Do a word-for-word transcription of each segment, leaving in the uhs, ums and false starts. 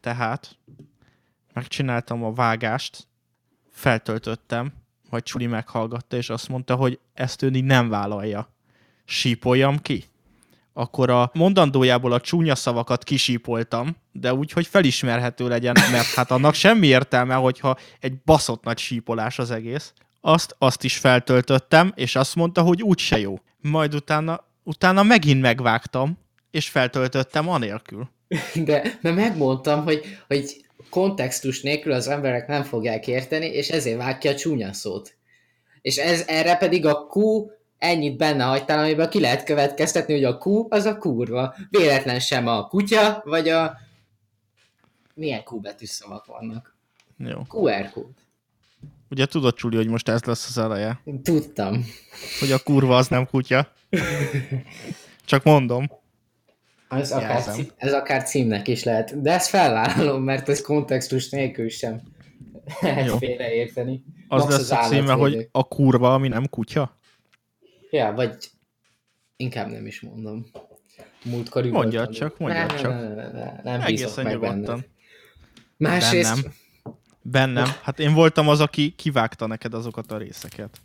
Tehát megcsináltam a vágást, feltöltöttem, majd Csuli meghallgatta, és azt mondta, hogy ezt ő így nem vállalja. Sípoljam ki? Akkor a mondandójából a csúnya szavakat kisípoltam, de úgy, hogy felismerhető legyen, mert hát annak semmi értelme, hogyha egy baszott nagy sípolás az egész. Azt, azt is feltöltöttem, és azt mondta, hogy úgyse jó. Majd utána, utána megint megvágtam, és feltöltöttem anélkül. De, de megmondtam, hogy, hogy kontextus nélkül az emberek nem fogják érteni, és ezért vág ki a csúnya szót. És ez, erre pedig a Q ennyit benne hagytál, amiben ki lehet következtetni, hogy a Q az a kurva. Véletlen sem a kutya, vagy a... Milyen Q betűs szavak vannak? Jó. kú er kód. Ugye tudod, Csuli, hogy most ez lesz az eleje? Tudtam. Hogy a kurva az nem kutya. Csak mondom. Ez akár, cím, ez akár címnek is lehet. De ezt felvállalom, mert ez kontextus nélkül sem lehet félreérteni. Az Max lesz az a címe, hogy a kurva, ami nem kutya? Ja, vagy inkább nem is mondom. Múltkor mondjad csak, mondjad ne, csak. Ne, ne, ne, ne, nem bízok meg benned. Másrészt... Bennem. Bennem. Hát én voltam az, aki kivágta neked azokat a részeket.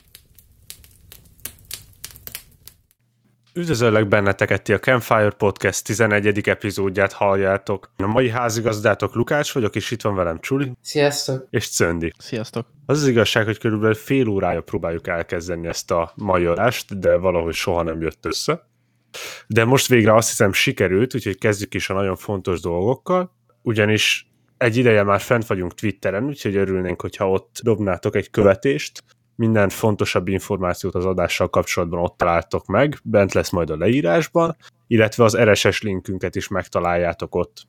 Üdvözöllek benneteket, ti a Campfire Podcast tizenegyedik epizódját halljátok. A mai házigazdátok Lukács vagyok, és itt van velem Csuli. Sziasztok. És Czöndi. Sziasztok. Az az igazság, hogy körülbelül fél órája próbáljuk elkezdeni ezt a mai adást, de valahogy soha nem jött össze. De most végre azt hiszem sikerült, úgyhogy kezdjük is a nagyon fontos dolgokkal, ugyanis egy ideje már fent vagyunk Twitteren, úgyhogy örülnénk, hogyha ott dobnátok egy követést. Minden fontosabb információt az adással kapcsolatban ott találtok meg, bent lesz majd a leírásban, illetve az er es es linkünket is megtaláljátok ott.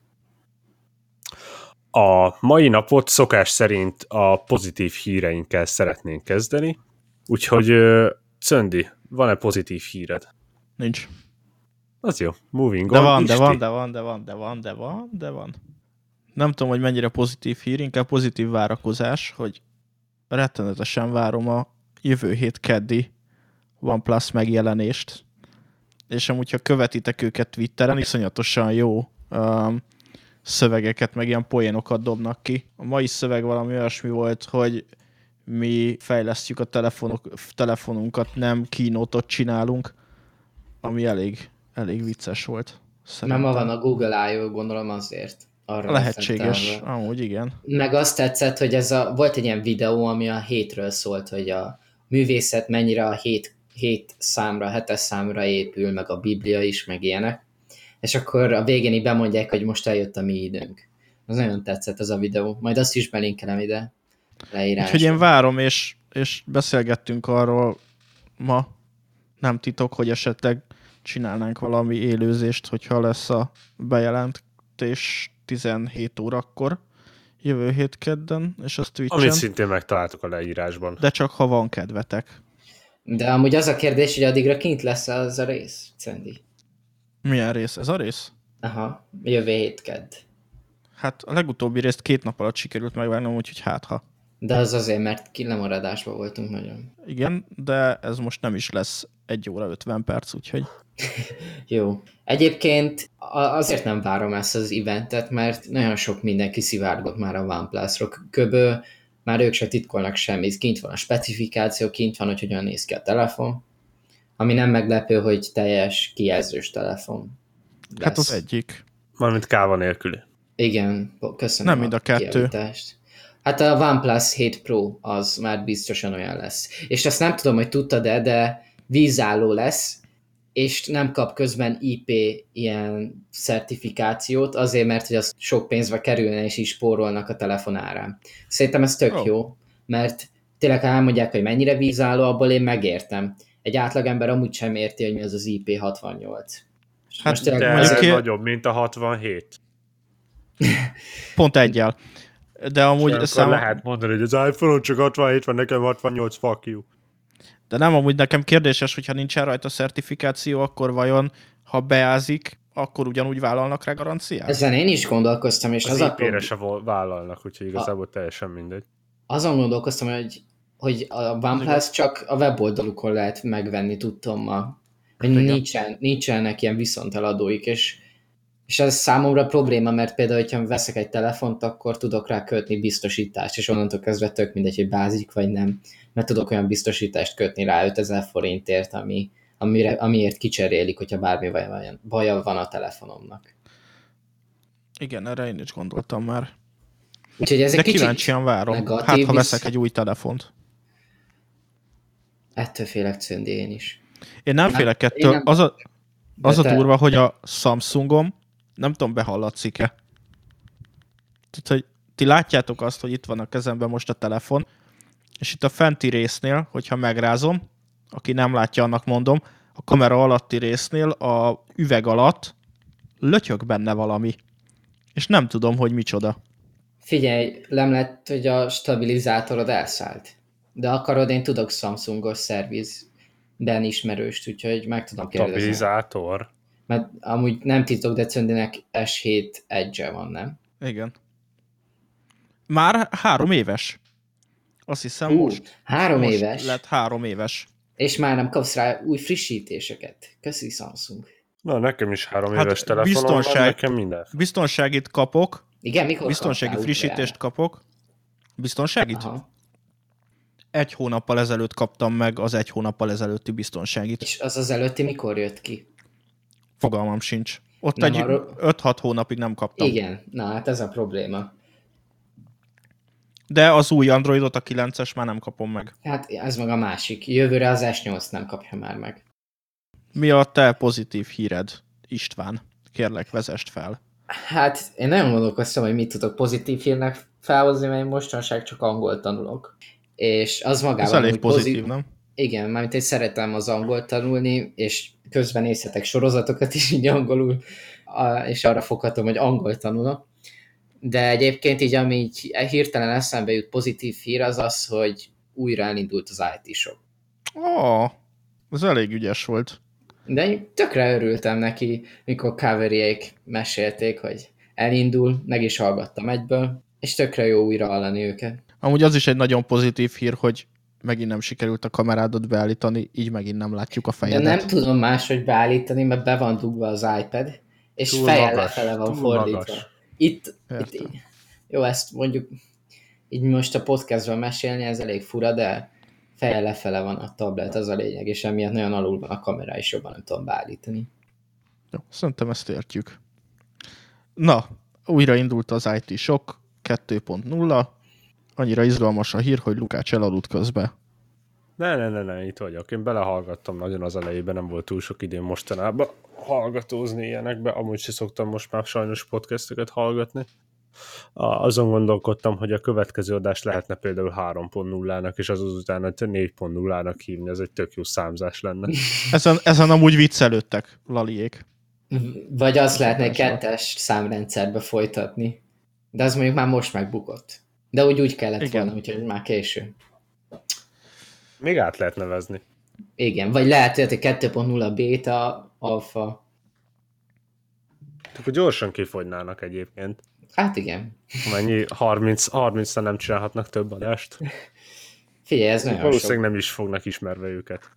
A mai napot szokás szerint a pozitív híreinkkel szeretnénk kezdeni, úgyhogy Czöndi, van-e pozitív híred? Nincs. Az jó, moving de on. Van, de van, de van, de van, de van, de van, de van. Nem tudom, hogy mennyire pozitív hír, inkább pozitív várakozás, hogy rettenetesen várom a jövő hét keddi OnePlus megjelenést, és amúgy, ha követitek őket Twitteren, iszonyatosan jó um, szövegeket, meg ilyen poénokat dobnak ki. A mai szöveg valami olyasmi volt, hogy mi fejlesztjük a telefonok, telefonunkat, nem keynote-ot csinálunk, ami elég, elég vicces volt. Szerintem. Nem ma van a Google I O, gondolom azért. Arra lehetséges, amúgy igen. Meg azt tetszett, hogy ez a, volt egy ilyen videó, ami a hétről szólt, hogy a művészet mennyire a hét, hét számra, hetes számra épül, meg a Biblia is, meg ilyenek. És akkor a végén így bemondják, hogy most eljött a mi időnk. Az nagyon tetszett az a videó. Majd azt is belinkelem ide leírásba. Úgyhogy én várom, és, és beszélgettünk arról ma, nem titok, hogy esetleg csinálnánk valami élőzést, hogyha lesz a bejelentés tizenhét órakor jövő hét kedden, és azt Twitchen. Amit szintén megtaláltok a leírásban. De csak ha van kedvetek. De amúgy az a kérdés, hogy addigra kint lesz az a rész, Cendi. Milyen rész? Ez a rész? Aha, jövő hét kedd. Hát a legutóbbi részt két nap alatt sikerült megvágnom, úgyhogy hát ha. De az azért, mert ki lemaradásban voltunk nagyon. Igen, de ez most nem is lesz egy óra ötven perc, úgyhogy... Jó. Egyébként azért nem várom ezt az eventet, mert nagyon sok mindenki szivárgott már a OnePlus-ról. Köbö, már ők se titkolnak semmit. Kint van a specifikáció, kint van, hogy hogyan néz ki a telefon. Ami nem meglepő, hogy teljes kijelzős telefon lesz. Hát az egyik. Mármint káva nélküli. Igen, köszönöm. Nem mind a kettő. Kijavítást. Hát a OnePlus hét Pro az már biztosan olyan lesz. És azt nem tudom, hogy tudtad-e, de vízálló lesz, és nem kap közben I P ilyen certifikációt, azért, mert hogy az sok pénzbe kerülne, és így spórolnak a telefon árán. Szerintem ez tök oh. jó, mert tényleg, ha elmondják, hogy mennyire vízálló, abból én megértem. Egy átlagember amúgy sem érti, hogy mi az az I P hatvannyolc. Hát most de ez azért... nagyobb, mint a hatvanhét. Pont egyel. De amúgy szám... lehet mondani, hogy az iPhone-on csak hatvanhét van, nekem hatvannyolc, fuck you. De nem, amúgy nekem kérdéses, hogyha nincsen rajta szertifikáció, akkor vajon, ha beázik, akkor ugyanúgy vállalnak rá garanciát? Ezen én is gondolkoztam, és az, az I P-re se vállalnak, úgyhogy igazából a... teljesen mindegy. Azon gondolkoztam, hogy, hogy a OnePlus csak a weboldalukon lehet megvenni, tudtom ma. Hogy nincsen, nincsenek ilyen viszonteladóik, és, És ez számomra probléma, mert például, hogyha veszek egy telefont, akkor tudok rá kötni biztosítást, és onnantól kezdve tök mindegy, hogy bázik vagy nem, mert tudok olyan biztosítást kötni rá ötezer forintért, ami, amire, amiért kicserélik, hogyha bármi baja, baja van a telefonomnak. Igen, erre én is gondoltam már. Úgyhogy ez De egy kicsit kíváncsian várom. negatív, Hát, ha visz... veszek egy új telefont. Ettől félek, Czöndi, én is. Én nem Hát, félek én ettől. nem- Az a, az a te- durva, hogy a Samsungom, nem tudom, behallatszik-e. Tehát, hogy ti látjátok azt, hogy itt van a kezemben most a telefon, és itt a fenti résznél, hogyha megrázom, aki nem látja, annak mondom, a kamera alatti résznél a üveg alatt lötyög benne valami. És nem tudom, hogy micsoda. Figyelj, nem lett, hogy a stabilizátorod elszállt. De akarod, én tudok Samsungos szervizben ismerőst, úgyhogy meg tudom kérdezni. Stabilizátor. Mert amúgy nem titok, de Czöndinek es hét Edge van, nem? Igen. Már három éves. Azt hiszem Hú, most, három most éves, lett három éves. és már nem kapsz rá új frissítéseket. Köszi, Samsung. Na, nekem is három Hát éves telefonom biztonság- van, nekem minden. Biztonságit kapok, Igen, mikor biztonsági kaptál frissítést utoljára? kapok. Biztonságit? Aha. Egy hónappal ezelőtt kaptam meg az egy hónappal ezelőtti biztonságit. És az az előtti mikor jött ki? Fogalmam sincs. Ott Nem egy arról- öt-hat hónapig nem kaptam. Igen, na hát ez a probléma. De az új Androidot, a kilences már nem kapom meg. Hát ez meg a másik. Jövőre az es nyolc nem kapja már meg. Mi a te pozitív híred, István? Kérlek, vezest fel. Hát én nagyon gondolkoztam, hogy mit tudok pozitív hírnek felhozni, mert én mostanság csak angol tanulok. És az Ez magában elég úgy pozitív, pozit- nem? Igen, mármint én szeretem az angol tanulni, és közben nézhetek sorozatokat is így angolul, a- és arra foghatom, hogy angol tanulok. De egyébként így, ami így hirtelen eszembe jut pozitív hír, az az, hogy újra elindult az i té shop. Ó, ez elég ügyes volt. De én tökre örültem neki, mikor Coveryék mesélték, hogy elindul, meg is hallgattam egyből, és tökre jó újra hallani őket. Amúgy az is egy nagyon pozitív hír, hogy megint nem sikerült a kamerádat beállítani, így megint nem látjuk a De fejedet. nem tudom máshogy beállítani, mert be van dugva az iPad, és Túl fejjel magas, lefele van túl fordítva. magas. Itt, Értem. itt, jó, ezt mondjuk így most a podcastban mesélni, ez elég fura, de fejjel lefele van a tablet, az a lényeg, és emiatt nagyon alul van a kamera, és jobban nem tudom beállítani. Jó, szerintem ezt értjük. Na, újra indult az i té Shock kettő pont nulla. Annyira izgalmas a hír, hogy Lukács elaludt közbe. Ne, ne, ne, ne, itt vagyok. Én belehallgattam nagyon az elejében, nem volt túl sok időm mostanában hallgatózni ilyenekbe. Amúgy se szoktam most már sajnos podcasteket hallgatni. A- Azon gondolkodtam, hogy a következő adást lehetne például három pont nullának, és az utána négy pont nullának hívni, ez egy tök jó számzás lenne. Ezen, ezen amúgy viccelődtek, Laliék. Vagy azt lehetne egy Persze. kettes számrendszerbe folytatni. De az mondjuk már most megbukott. De úgy úgy kellett Igen. volna, úgyhogy már késő. Még át lehet nevezni. Igen, vagy lehet, hogy kettő pont nulla beta, alfa. Akkor gyorsan kifogynának egyébként. Hát igen. Mennyi? harminc, harmincra nem csinálhatnak több adást. Figyelj, ez nagyon Valószínűleg sok. nem is fognak ismerve őket.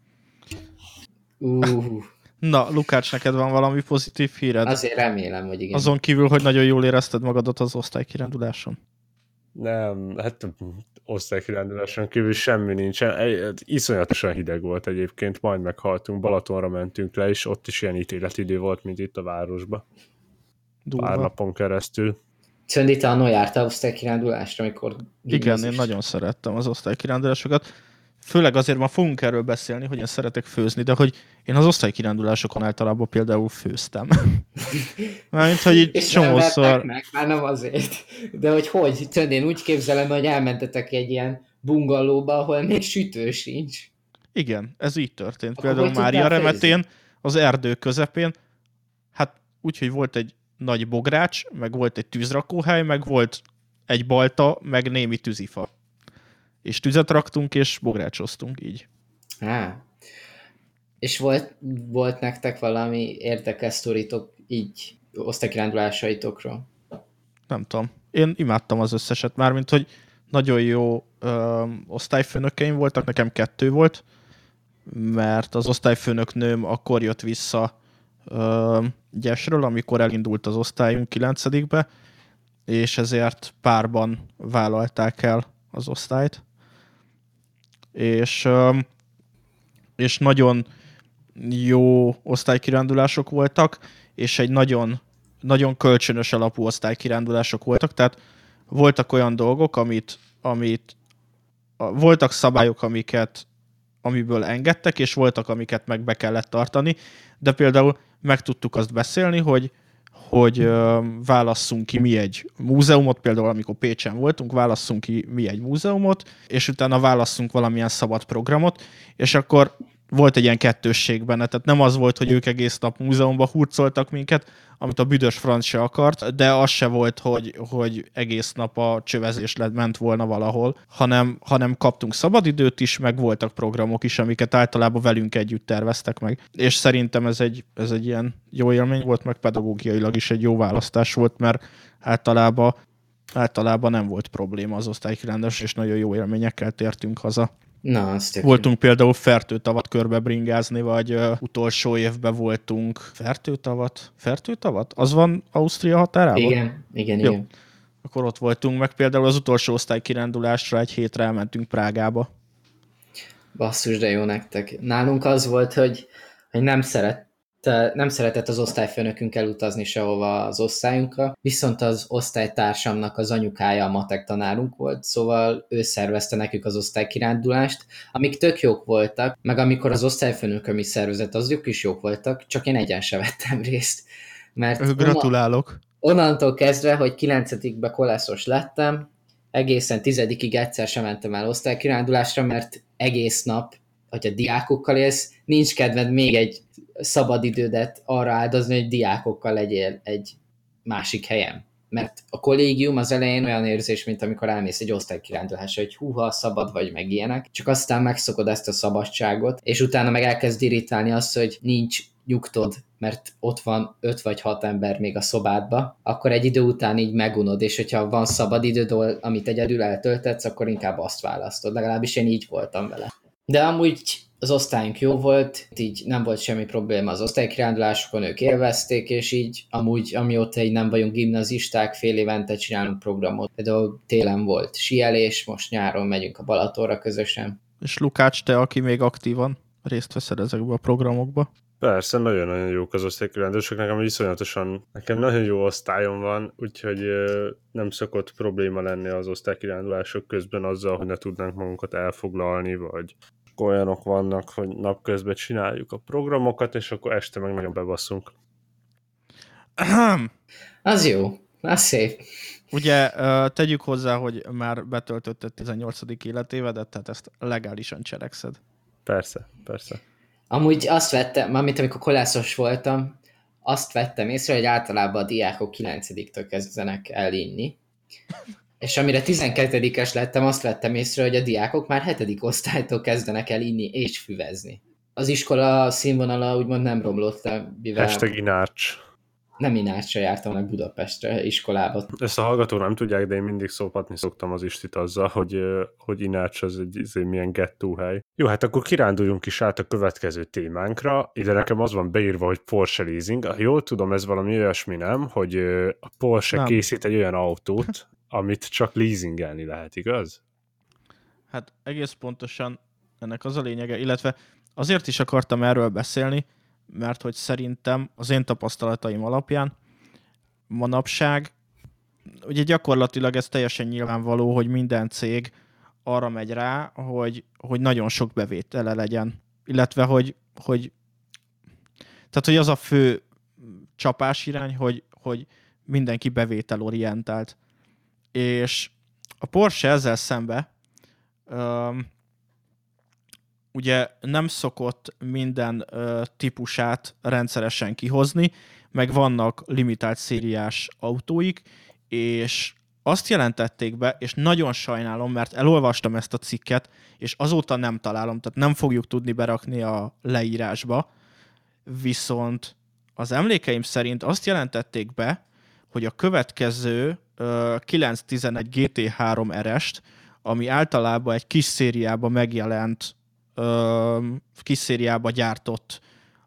Uh, Na, Lukács, neked van valami pozitív híred? azért remélem, hogy igen. Azon kívül, hogy nagyon jól érezted magadat az osztálykiránduláson. Nem, hát osztálykiránduláson kívül semmi nincsen. Egy- Iszonyatosan hideg volt egyébként, majd meghaltunk, Balatonra mentünk le, és ott is ilyen ítéletidő volt, mint itt a városban. Pár Durva. napon keresztül. Czöndi, te annól jártál osztálykirándulásra, amikor Igen, gimnazist? én nagyon szerettem az osztálykirándulásokat. Főleg azért ma fogunk erről beszélni, hogy én szeretek főzni, de hogy én az osztálykirándulásokon általában például főztem. Mármint, hogy így És nem csomószor... vertek meg, már nem azért. De hogy hogy? Czöndi, én úgy képzelem, hogy elmentetek egy ilyen bungalóba, ahol még sütő sincs. Igen, ez így történt. Akkor Például hogy Mária tudtál remetén, az erdő közepén, hát úgy, hogy volt egy nagy bogrács, meg volt egy tűzrakóhely, meg volt egy balta, meg némi tűzifa. És tüzet raktunk, és bográcsoztunk így. Á. És volt, volt nektek valami érdekes sztoritok így osztálykirándulásaitokról? Nem tudom. Én imádtam az összeset, mármint, hogy nagyon jó ö, osztályfőnökeim voltak, nekem kettő volt, mert az osztályfőnök nőm akkor jött vissza ö, gyesről, amikor elindult az osztályunk kilencedikbe, és ezért párban vállalták el az osztályt. És, ö, és nagyon jó osztálykirándulások voltak, és egy nagyon, nagyon kölcsönös alapú osztálykirándulások voltak, tehát voltak olyan dolgok, amit, amit voltak szabályok, amiket, amiből engedtek, és voltak, amiket meg be kellett tartani, de például meg tudtuk azt beszélni, hogy, hogy ö, válasszunk ki mi egy múzeumot, például amikor Pécsen voltunk, válasszunk ki mi egy múzeumot, és utána válasszunk valamilyen szabad programot, és akkor volt egy ilyen kettősség benne, tehát nem az volt, hogy ők egész nap múzeumban hurcoltak minket, amit a büdös franc se akart, de az se volt, hogy, hogy egész nap a csövezés lett ment volna valahol, hanem, hanem kaptunk szabadidőt is, meg voltak programok is, amiket általában velünk együtt terveztek meg. És szerintem ez egy, ez egy ilyen jó élmény volt, meg pedagógiailag is egy jó választás volt, mert általában, általában nem volt probléma az osztálykirándulás, és nagyon jó élményekkel tértünk haza. Na, azt Voltunk például Fertőtavat körbebringázni, vagy uh, utolsó évben voltunk Fertőtavat? Fertőtavat? Az van Ausztria határában? Igen, igen, Jó. igen. Akkor ott voltunk, meg például az utolsó osztálykirándulásra egy hétre elmentünk Prágába. Basszus, de jó nektek. Nálunk az volt, hogy, hogy nem szeret nem szeretett az osztályfőnökünk elutazni sehova az osztályunkra, viszont az osztálytársamnak az anyukája a matek tanárunk volt, szóval ő szervezte nekük az osztálykirándulást, amik tök jók voltak, meg amikor az osztályfőnököm is szervezett, azok is jók voltak, csak én egyen se vettem részt. Mert Gratulálok! Onnantól kezdve, hogy kilencedikben kolászos lettem, egészen tizedikig egyszer sem mentem el osztálykirándulásra, mert egész nap, hogy a diákokkal élsz, nincs kedved még egy szabadidődet arra áldozni, hogy diákokkal legyél egy másik helyen. Mert a kollégium az elején olyan érzés, mint amikor elmész egy osztálykirándulásra, hogy húha, szabad vagy, meg ilyenek. Csak aztán megszokod ezt a szabadságot, és utána meg elkezd irritálni azt, hogy nincs nyugtod, mert ott van öt vagy hat ember még a szobádba, akkor egy idő után így megunod, és hogyha van szabad időd, amit egyedül eltöltetsz, akkor inkább azt választod. Legalábbis én így voltam vele. De amúgy az osztályunk jó volt, így nem volt semmi probléma az osztálykirándulásokon, ők élvezték, és így amúgy, amióta így nem vagyunk gimnazisták, fél évente csinálunk programot. Például télen volt síelés, most nyáron megyünk a Balatonra közösen. És Lukács, te, aki még aktívan részt veszed ezekbe a programokba? Persze, nagyon-nagyon jók az osztálykirándulások, nekem viszonyatosan, nekem nagyon jó osztályom van, úgyhogy nem szokott probléma lenni az osztálykirándulások közben azzal, hogy ne tudnánk magunkat elfoglalni, vagy olyanok vannak, hogy napközben csináljuk a programokat, és akkor este meg nagyon bebasszunk. Az jó, az szép. Ugye tegyük hozzá, hogy már betöltötted tizennyolcadik életévedet, tehát ezt legálisan cselekszed. Persze, persze. Amúgy azt vettem, mármint amikor kolászos voltam, azt vettem észre, hogy általában a diákok kilencediktől kezdenek el inni. És amire tizenkettedikes lettem, azt vettem észre, hogy a diákok már hetedik osztálytól kezdenek el inni és füvezni. Az iskola színvonala úgymond nem romlott le, mivel... Hashtag Inárcs. Nem Inárcsra jártam meg Budapestre iskolába. Ezt a hallgatók nem tudják, de én mindig szopatni szoktam az Istit azzal, hogy, hogy Inárcs az egy, az egy milyen gettóhely. Jó, hát akkor kiránduljunk is át a következő témánkra. Ide nekem az van beírva, hogy Porsche leasing. Jól tudom, ez valami olyasmi, nem? Hogy a Porsche nem. készít egy olyan autót, amit csak leasingelni lehet, igaz? Hát egész pontosan ennek az a lényege, illetve azért is akartam erről beszélni, mert hogy szerintem az én tapasztalataim alapján manapság, ugye gyakorlatilag ez teljesen nyilvánvaló, hogy minden cég arra megy rá, hogy, hogy nagyon sok bevétele legyen, illetve hogy, hogy tehát, hogy az a fő csapásirány, hogy, hogy mindenki bevételorientált. És a Porsche ezzel szembe um, ugye nem szokott minden uh, típusát rendszeresen kihozni, meg vannak limitált szériás autóik, és azt jelentették be, és nagyon sajnálom, mert elolvastam ezt a cikket, és azóta nem találom, tehát nem fogjuk tudni berakni a leírásba, viszont az emlékeim szerint azt jelentették be, hogy a következő uh, kilenc tizenegy gé té három er est, ami általában egy kis szériában megjelent, uh, kis szériában gyártott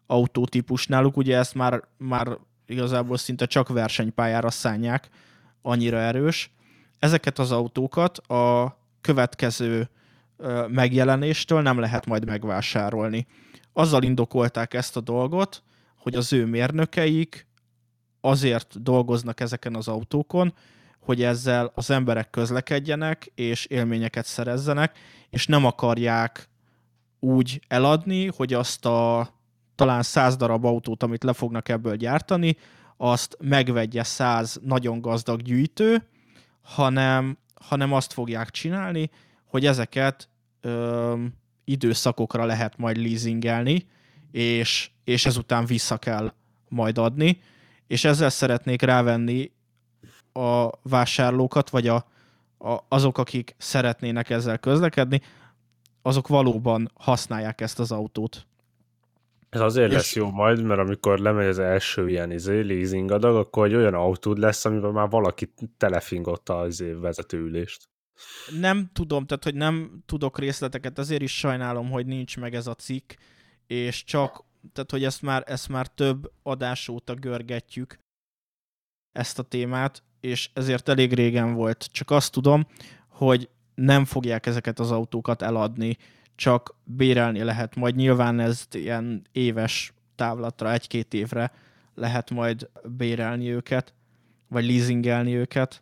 autótípus náluk, ugye ezt már, már igazából szinte csak versenypályára szánják, annyira erős. Ezeket az autókat a következő megjelenéstől nem lehet majd megvásárolni. Azzal indokolták ezt a dolgot, hogy az ő mérnökeik azért dolgoznak ezeken az autókon, hogy ezzel az emberek közlekedjenek, és élményeket szerezzenek, és nem akarják úgy eladni, hogy azt a talán száz darab autót, amit le fognak ebből gyártani, azt megvegye száz nagyon gazdag gyűjtő, hanem, hanem azt fogják csinálni, hogy ezeket ö, időszakokra lehet majd leasingelni, és, és ezután vissza kell majd adni, és ezzel szeretnék rávenni a vásárlókat, vagy a, a, azok, akik szeretnének ezzel közlekedni, azok valóban használják ezt az autót. Ez azért És- lesz jó majd, mert amikor lemegy az első ilyen izé, leasing adag, akkor egy olyan autód lesz, amiben már valaki telefingotta az izé vezetőülést. Nem tudom, tehát hogy nem tudok részleteket, azért is sajnálom, hogy nincs meg ez a cikk, és csak, tehát hogy ezt már, ezt már több adás óta görgetjük, ezt a témát, és ezért elég régen volt. Csak azt tudom, hogy nem fogják ezeket az autókat eladni, csak bérelni lehet. Majd nyilván ez ilyen éves távlatra, egy-két évre lehet majd bérelni őket, vagy leasingelni őket,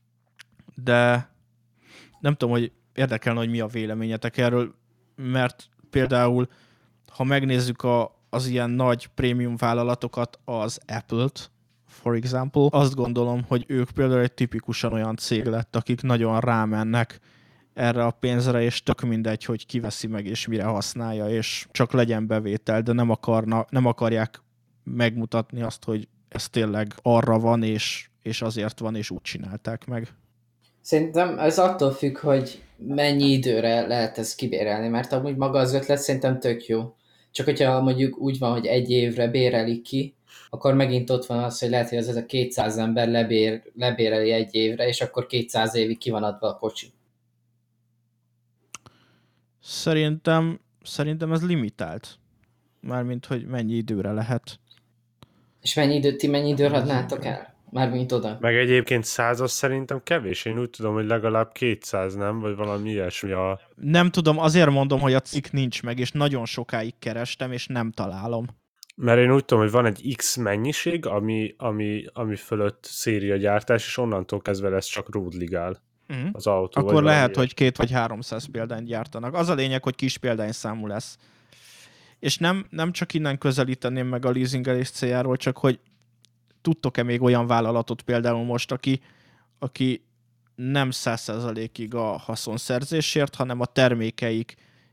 de nem tudom, hogy érdekelne, hogy mi a véleményetek erről, mert például, ha megnézzük a, az ilyen nagy prémium vállalatokat, az Apple-t, for example, azt gondolom, hogy ők például egy tipikusan olyan cég lett, akik nagyon rámennek erre a pénzre, és tök mindegy, hogy ki veszi meg, és mire használja, és csak legyen bevétel, de nem, akarna, nem akarják megmutatni azt, hogy ez tényleg arra van, és, és azért van, és úgy csinálták meg. Szerintem ez attól függ, hogy mennyi időre lehet ezt kibérelni, mert amúgy maga az ötlet szerintem tök jó. Csak hogyha mondjuk úgy van, hogy egy évre bérelik ki, akkor megint ott van az, hogy lehet, hogy az ez a kétszáz ember lebér, lebéreli egy évre, és akkor kétszáz évig ki van adva a kocsi. Szerintem, szerintem ez limitált. Mármint, hogy mennyi időre lehet. És mennyi időt, ti mennyi időre adnátok el? Mármint oda. Meg egyébként százas szerintem kevés. Én úgy tudom, hogy legalább kétszáz, nem? Vagy valami ilyesmi a... Nem tudom, azért mondom, hogy a cikk nincs meg, és nagyon sokáig kerestem, és nem találom. Mert én úgy tudom, hogy van egy X mennyiség, ami, ami, ami fölött szériagyártás, és onnantól kezdve lesz csak roadligál Uh-huh. az autó. Akkor vagy lehet, valami hogy két vagy háromszáz példányt gyártanak. Az a lényeg, hogy kis példányszámú lesz. És nem, nem csak innen közelíteném meg a leasingelés céljáról, csak hogy tudtok-e még olyan vállalatot például most, aki, aki nem száz százalékig a haszonszerzésért, hanem a termékeik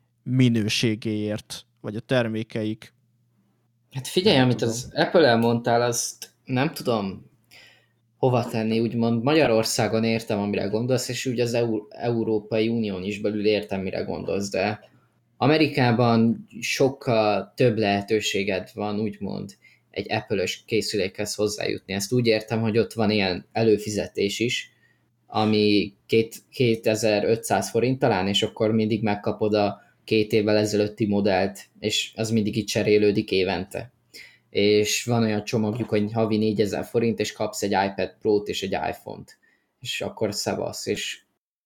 minőségéért, vagy a termékeik. Hát figyelj, Nem amit tudom. az Apple-el mondtál, azt nem tudom hova tenni, úgymond Magyarországon értem, amire gondolsz, és úgy az Eur- Európai Unión is belül értem, mire gondolsz, de Amerikában sokkal több lehetőséged van, úgymond egy Apple-ös készülékhez hozzájutni. Ezt úgy értem, hogy ott van ilyen előfizetés is, ami két, kétezer-ötszáz forint talán, és akkor mindig megkapod a két évvel ezelőtti modellt, és az mindig így cserélődik évente. És van olyan csomagjuk, hogy havi négyezer forint, és kapsz egy iPad Pro-t és egy iPhone-t. És akkor szevasz, és,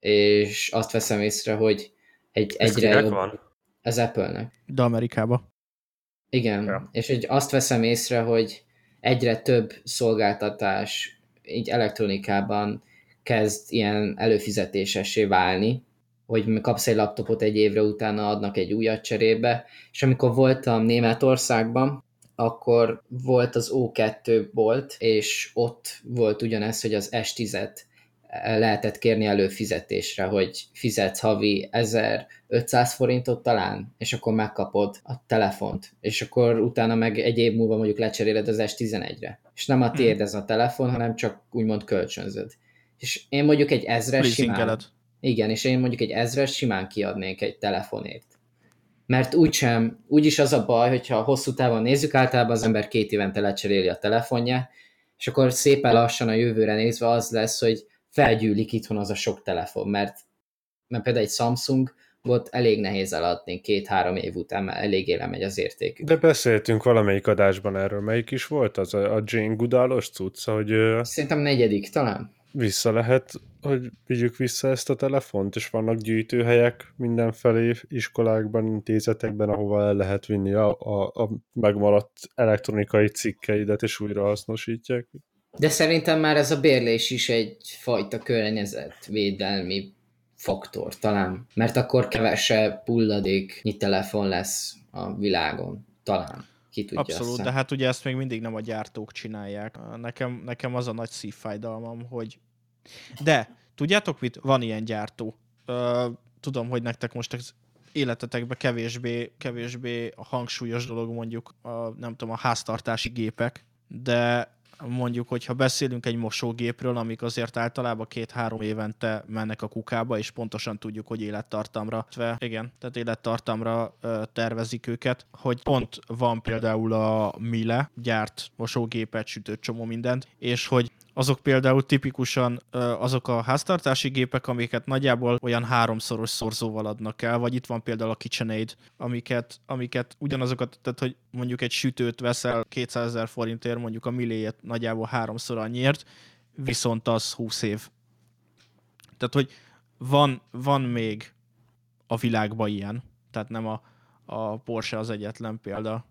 és azt veszem észre, hogy egy Ez egyre kinek jobb... van? Ez Apple-nek. De Amerikába. Igen, Ja. és egy, azt veszem észre, hogy egyre több szolgáltatás így elektronikában kezd ilyen előfizetésessé válni, hogy kapsz egy laptopot egy évre, utána adnak egy újat cserébe, és amikor voltam Németországban, akkor volt az ó kettő bolt, és ott volt ugyanez, hogy az es tízet lehetett kérni előfizetésre, hogy fizetsz havi ezerötszáz forintot talán, és akkor megkapod a telefont, és akkor utána meg egy év múlva mondjuk lecseréled az es tizenegyre. És nem a tiéd ez a telefon, hanem csak úgymond kölcsönzöd. És én mondjuk egy ezres simán... Leasingeled. Igen, és én mondjuk egy ezres simán kiadnék egy telefonért. Mert úgysem, úgyis az a baj, hogyha hosszú távon nézzük, általában az ember két évente lecseréli a telefonját, és akkor szépen lassan a jövőre nézve az lesz, hogy felgyűlik itthon az a sok telefon, mert, mert például egy Samsung volt elég nehéz eladni két-három év után, mert eléggé lemegy az értékük. De beszéltünk valamelyik adásban erről, melyik is volt az a, a Jane Goodálos cucc, hogy ö, Szerintem negyedik talán. vissza lehet, hogy vigyük vissza ezt a telefont, és vannak gyűjtőhelyek mindenfelé, iskolákban, intézetekben, ahova el lehet vinni a, a, a megmaradt elektronikai cikkeidet, és újra hasznosítják. De szerintem már ez a bérlés is egyfajta környezetvédelmi faktor talán, mert akkor kevesebb hulladéknyi telefon lesz a világon, talán. Ki tudja. Abszolút, aztán. de hát ugye ezt még mindig nem a gyártók csinálják. Nekem, nekem az a nagy szívfájdalmam, hogy... De, tudjátok mit? Van ilyen gyártó. Ö, tudom, hogy nektek most az életetekben kevésbé, kevésbé a hangsúlyos dolog mondjuk a, nem tudom, a háztartási gépek, de mondjuk, hogyha beszélünk egy mosógépről, amik azért általában két-három évente mennek a kukába, és pontosan tudjuk, hogy élettartamra, igen, tehát élettartamra ö, tervezik őket, hogy pont van például a Miele, gyárt mosógépet, sütőt, csomó mindent, és hogy azok például tipikusan ö, azok a háztartási gépek, amiket nagyjából olyan háromszoros szorzóval adnak el, vagy itt van például a KitchenAid, amiket, amiket ugyanazokat, tehát hogy mondjuk egy sütőt veszel kétszázezer forintért, mondjuk a Miele-jét nagyjából háromszor annyiért, viszont az húsz év. Tehát, hogy van, van még a világban ilyen, tehát nem a, a Porsche az egyetlen példa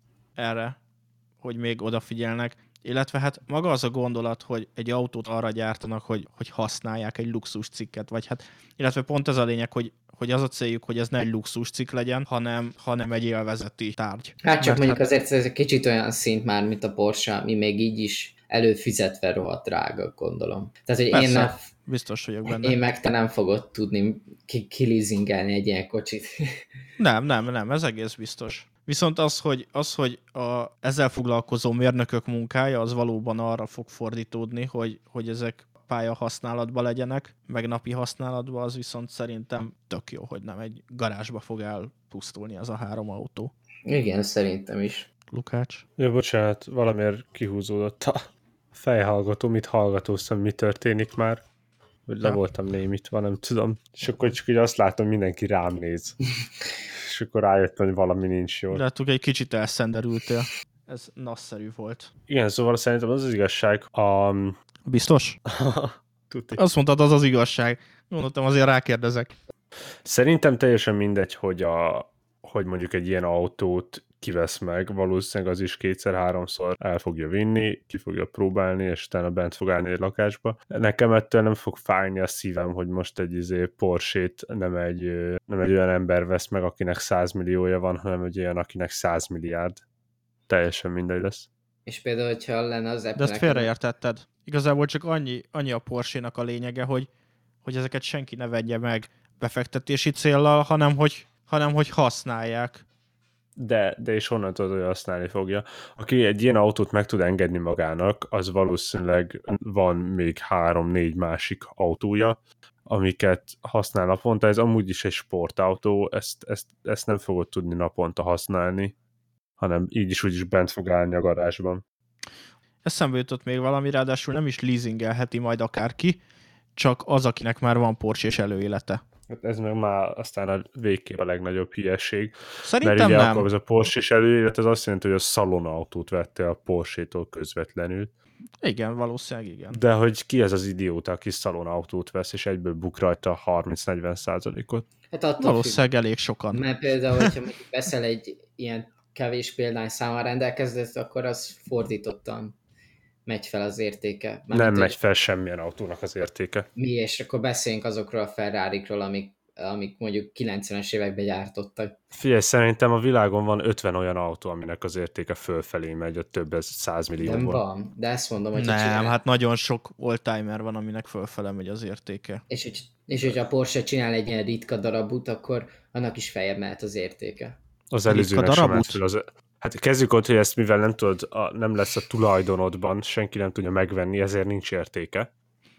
erre, hogy még odafigyelnek. Illetve hát maga az a gondolat, hogy egy autót arra gyártanak, hogy, hogy használják egy luxus cikket, vagy hát, illetve pont ez a lényeg, hogy, hogy az a céljuk, hogy ez ne egy luxus cikk legyen, hanem, hanem egy élvezeti tárgy. Hát csak Mert mondjuk hát, azért ez egy kicsit olyan szint már, mint a Porsche, ami még így is előfizetve rohadt drága, gondolom. Tehát, hogy én, persze, ne, biztos vagyok benne. én meg te nem fogod tudni kilizingelni egy ilyen kocsit. Nem, nem, nem, ez egész biztos. Viszont az, hogy, az, hogy a ezzel foglalkozó mérnökök munkája, az valóban arra fog fordítódni, hogy, hogy ezek pálya használatban legyenek, meg napi használatban, az viszont szerintem tök jó, hogy nem egy garázsba fog elpusztulni az a három autó. Igen, szerintem is. Lukács? Ja, bocsánat, valamiért kihúzódott a fejhallgató, mit hallgatóztam, mi történik már. Hogy le Ja. voltam némítva, nem tudom. És akkor csak így azt látom, mindenki rám néz. És akkor rájöttem, hogy valami nincs jól. Láttuk, egy kicsit elszenderültél. Ez nasszerű volt. Igen, szóval szerintem az az igazság, a... Biztos? Tuti. Azt mondtad, az az igazság. Gondoltam, azért rákérdezek. Szerintem teljesen mindegy, hogy, a, hogy mondjuk egy ilyen autót kivesz meg, valószínűleg az is kétszer-háromszor el fogja vinni, ki fogja próbálni, és utána bent fog állni egy lakásba. Nekem ettől nem fog fájni a szívem, hogy most egy izé Porsche-t nem egy, nem egy olyan ember vesz meg, akinek száz milliója van, hanem egy olyan, akinek száz milliárd. Teljesen mindegy lesz. És például, hogyha lenne az De Apple-nek... ezt félreértetted. Igazából csak annyi, annyi a Porsche-nak a lényege, hogy, hogy ezeket senki ne vegye meg befektetési céllal, hanem hogy, hanem hogy használják. De, de és honnan tudod, hogy használni fogja. Aki egy ilyen autót meg tud engedni magának, az valószínűleg van még három-négy másik autója, amiket használ naponta. Ez amúgy is egy sportautó, ezt, ezt, ezt nem fogod tudni naponta használni, hanem így is úgy is bent fog állni a garázsban. Eszembe jutott még valami, ráadásul nem is leasingelheti majd akárki, csak az, akinek már van Porsche-s előélete. Hát ez meg már aztán a végképp a legnagyobb hülyeség. Szerintem mert ugye nem. akkor ez a Porsche-s előélet, az azt jelenti, hogy a szalonautót vette a Porsche-tól közvetlenül. Igen, valószínűleg igen. De hogy ki ez az idióta, aki szalonautót vesz, és egyből buk rajta harminc-negyven százalékot? Hát attól Valószínűleg elég sokan. Mert például, hogyha mondjuk veszel egy ilyen kevés példány számmal rendelkezett, akkor az fordítottan megy fel az értéke. Mármint, Nem hogy megy fel semmilyen autónak az értéke. Mi, és akkor beszéljünk azokról a Ferrari-król, amik, amik mondjuk kilencvenes években gyártottak. Figyelj, szerintem a világon van ötven olyan autó, aminek az értéke fölfelé megy, a több ez száz Nem millióból. van, de ezt mondom, hogy... Nem, csinál... hát nagyon sok oldtimer van, aminek fölfele megy az értéke. És, hogy, és hogyha a Porsche csinál egy ilyen ritka darabút, akkor annak is feljebb mehet az értéke. Az Ritka előzőnek sem darabút? ment föl. Az... Hát kezdjük ott, hogy ezt mivel nem tudod, a, nem lesz a tulajdonodban, senki nem tudja megvenni, ezért nincs értéke.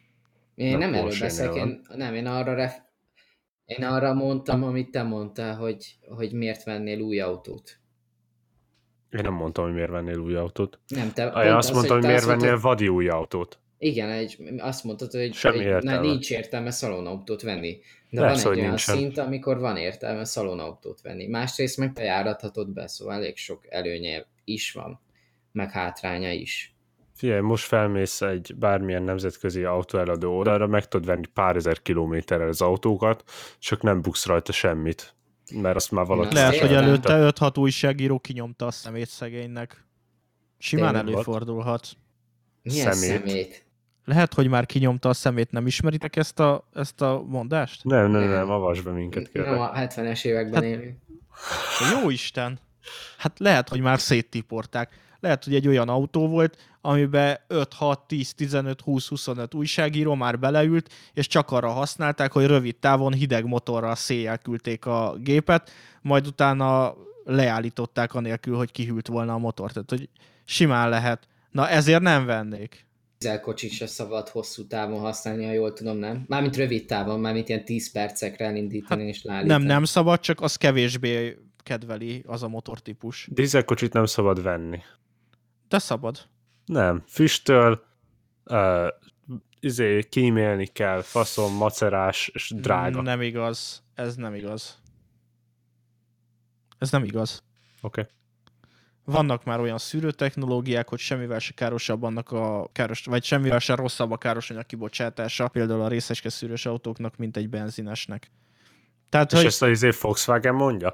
Én Nem nem erről Porsche-nél beszélek, van. én, nem, én arra, ref, én arra mondtam, amit te mondtál, hogy, hogy miért vennél új autót. Én nem mondtam, hogy miért vennél új autót. Nem, te Én azt az, mondtam, hogy te miért azt mondtad- vennél vadi új autót. Igen, egy, azt mondtad, hogy, Semmi hogy értelme. nincs értelme szalonautót venni. De Persze, van egy hogy olyan nincsen. szint, amikor van értelme szalonautót venni. Másrészt meg te járathatod be, szóval elég sok előnye is van, meg hátránya is. Figyelj, most felmész egy bármilyen nemzetközi autóeladó oldalra, meg tudod venni pár ezer kilométerrel az autókat, csak nem buksz rajta semmit, mert azt már valaki... Na, Lehet, hogy értem. előtte öt-hat újságíró kinyomta a szemét szegénynek. Simán Tényleg? előfordulhat. Milyen Szemét. szemét? Lehet, hogy már kinyomta a szemét, nem ismeritek ezt a, ezt a mondást? Nem, nem, Nem. nem, avasd be minket, Nem kérlek. a hetvenes években Hát- élünk. Jó Isten! Hát lehet, hogy már széttiporták. Lehet, hogy egy olyan autó volt, amiben öt, hat, tíz, tizenöt, húsz, huszonöt újságíró már beleült, és csak arra használták, hogy rövid távon hideg motorral széjjel küldték a gépet, majd utána leállították anélkül, hogy kihűlt volna a motor. Tehát, hogy simán lehet. Na ezért nem vennék. Dízelkocsit se szabad hosszú távon használni, ha jól tudom, nem? Mármint rövid távon, mármint ilyen tíz percekre elindítani és leállítani. Nem, nem szabad, csak az kevésbé kedveli az a motortípus. Dízelkocsit nem szabad venni. De szabad. Nem, füstöl, uh, izé, kímélni kell, faszom, macerás, és drága. Nem igaz. Ez nem igaz. Ez nem igaz. Oké. Okay. Vannak már olyan szűrőtechnológiák, hogy semmivel se károsabb annak a káros, vagy semmivel se rosszabb a károsanyag kibocsátása, például a részecske szűrős autóknak, mint egy benzinesnek. Tehát, És hogy ezt az izé Volkswagen mondja?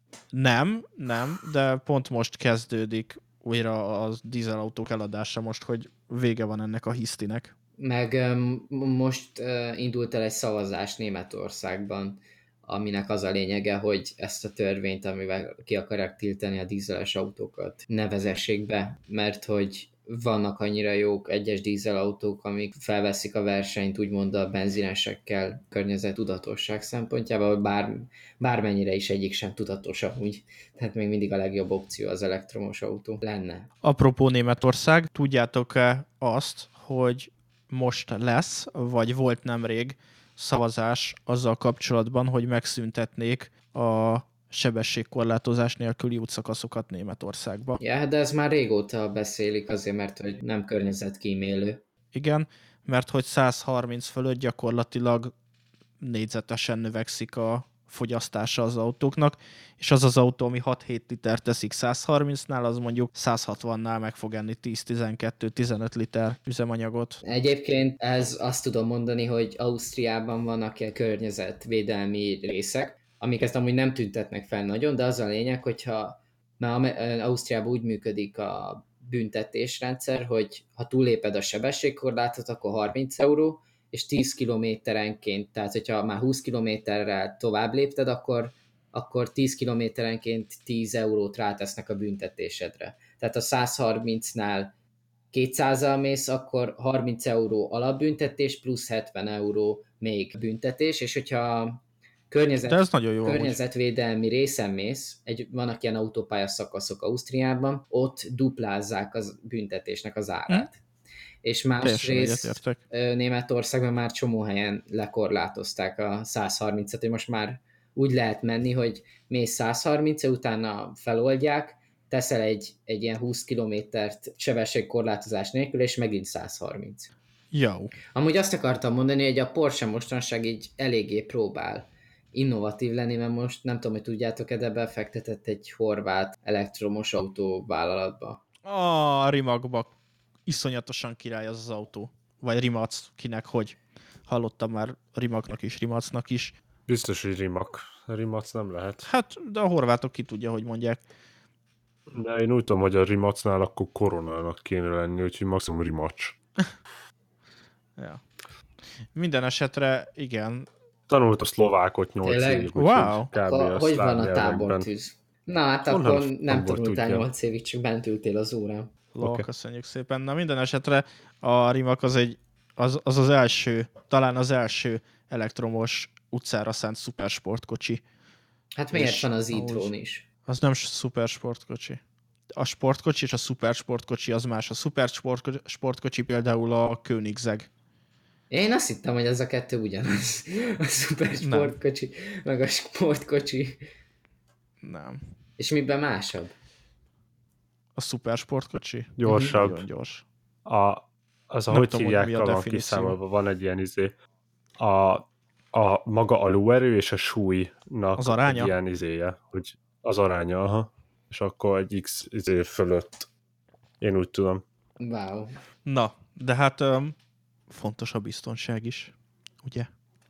nem, nem, de pont most kezdődik újra a dízelautók eladása most, hogy vége van ennek a hisztinek. Meg um, most uh, indult el egy szavazás Németországban, aminek az a lényege, hogy ezt a törvényt, amivel ki akarják tiltani a dízeles autókat, ne vezessék be, mert hogy vannak annyira jók egyes dízelautók, amik felveszik a versenyt úgymond a benzinesekkel környezettudatosság szempontjából, bár, bármennyire is egyik sem tudatos amúgy, tehát még mindig a legjobb opció az elektromos autó lenne. Apropó Németország, tudjátok-e azt, hogy most lesz, vagy volt nemrég szavazás azzal kapcsolatban, hogy megszüntetnék a sebességkorlátozás nélküli útszakaszokat Németországba. Ja, de ez már régóta beszélik azért, mert hogy nem környezetkímélő. Igen, mert hogy száz harminc fölött gyakorlatilag négyzetesen növekszik a fogyasztása az autóknak, és az az autó, ami hat-hét liter teszik száz harmincnál, az mondjuk száz hatvannál meg fog enni tíz, tizenkettő, tizenöt liter üzemanyagot. Egyébként ez azt tudom mondani, hogy Ausztriában vannak ilyen környezetvédelmi részek, amik ezt amúgy nem tüntetnek fel nagyon, de az a lényeg, hogyha már Ausztriában úgy működik a büntetésrendszer, hogy ha túlléped a sebességkorlátot, akkor harminc euró, és tíz kilométerenként, tehát hogyha már húsz kilométerrel tovább lépted, akkor, akkor tíz kilométerenként tíz eurót rátesznek a büntetésedre. Tehát a száz harmincnál kétszázzal mész, akkor harminc euró alapbüntetés, plusz hetven euró még büntetés, és hogyha környezet, De ez nagyon jó. környezetvédelmi részen mész, egy, vannak ilyen autópálya szakaszok Ausztriában, ott duplázzák az büntetésnek az árát. Hm? És másrészt Németországban már csomó helyen lekorlátozták a száz harmincet, hogy most már úgy lehet menni, hogy mész száz harminc, utána feloldják, teszel egy, egy ilyen húsz kilométert sebességkorlátozás nélkül, és megint száz harminc. Jó. Amúgy azt akartam mondani, hogy a Porsche mostanság így eléggé próbál innovatív lenni, mert most nem tudom, hogy tudjátok-e, de befektetett egy horvát elektromos autóvállalatba. A Rimagba iszonyatosan király az az autó. Vagy Rimac, kinek hogy. Hallottam már Rimacnak is, Rimacnak is. Biztos, hogy Rimac. Rimac nem lehet. Hát, de a horvátok ki tudja, hogy mondják. De én úgy tudom, hogy a Rimacnál akkor Koronának kéne lenni, úgyhogy maximum Rimac. Ja. Minden esetre, igen. Tanult a szlovákot nyolc év. Wow. Akkor hogy van a tábortűz? Na hát Honnan akkor nem tanultál tudja? nyolc évig, csak bent ültél az órán. Lol, Okay. köszönjük szépen. Na minden esetre a Rimac az, egy, az, az az első, talán az első elektromos utcára szánt szupersportkocsi. Hát miért És van az e-tron ahogy- is? Az nem szupersportkocsi. A sportkocsi és a szupersportkocsi az más. A szupersportkocsi például a Koenigsegg. Én azt hittem, hogy ez a kettő ugyanaz. A szupersportkocsi, meg a sportkocsi. Nem. És miben másabb? A szupersportkocsi? Gyorsabb. Nagyon gyors. A, az, Nem ahogy tudom, hogy hívják, mi a van definíció. kiszámolva, van egy ilyen izé, a, a maga a lóerő és a súlynak Az egy aránya? ilyen izéje, hogy az aránya, aha, és akkor egy X izé fölött. Én úgy tudom. Wow. Na, de hát um, fontos a biztonság is, ugye?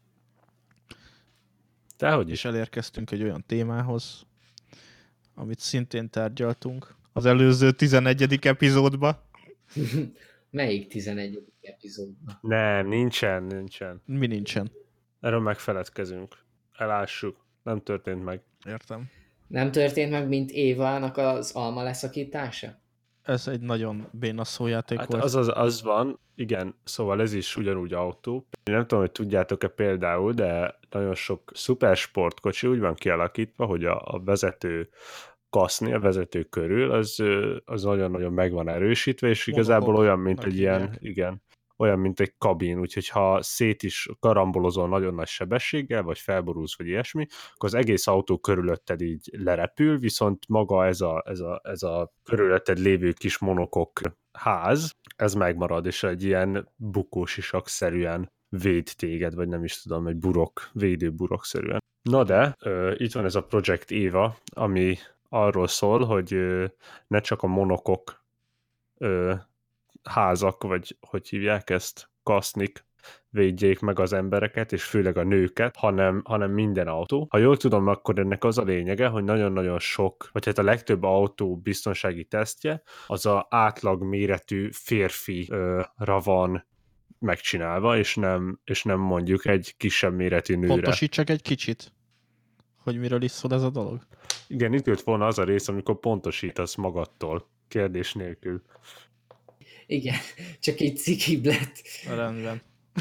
Dehogy És is. elérkeztünk egy olyan témához, amit szintén tárgyaltunk az előző tizenegyedik epizódba. Melyik tizenegyedik epizódban? Nem, nincsen, nincsen. Mi nincsen? Erről megfeledkezünk. Elássuk. Nem történt meg. Értem. Nem történt meg, mint Évának az alma leszakítása? Ez egy nagyon béna szójáték Hát volt. az, az, az van, igen, szóval ez is ugyanúgy autó. Én nem tudom, hogy tudjátok-e például, de nagyon sok szupersportkocsi úgy van kialakítva, hogy a, a vezető kaszni, a vezető körül, az, ö, az nagyon-nagyon meg van erősítve, és igazából olyan, mint egy hívják. ilyen, igen, olyan, mint egy kabin, úgyhogy ha szét is karambolozol nagyon nagy sebességgel, vagy felborulsz, vagy ilyesmi, akkor az egész autó körülötted így lerepül, viszont maga ez a, ez a, ez a körülötted lévő kis monokok ház, ez megmarad, és egy ilyen bukósisak-szerűen véd téged, vagy nem is tudom, egy burok, védő burok-szerűen. Na de, ö, itt van ez a Project Eva, ami arról szól, hogy ö, ne csak a monokok ö, házak, vagy hogy hívják ezt, kasznik, védjék meg az embereket, és főleg a nőket, hanem, hanem minden autó. Ha jól tudom, akkor ennek az a lényege, hogy nagyon-nagyon sok, vagy hát a legtöbb autó biztonsági tesztje, az a átlag méretű férfira van megcsinálva, és nem, és nem mondjuk egy kisebb méretű nőre. Pontosítsak egy kicsit, hogy miről is szól ez a dolog. Igen, itt jött volna az a rész, amikor pontosítasz magadtól, kérdés nélkül. Igen, csak egy cikibb lett. Rendben.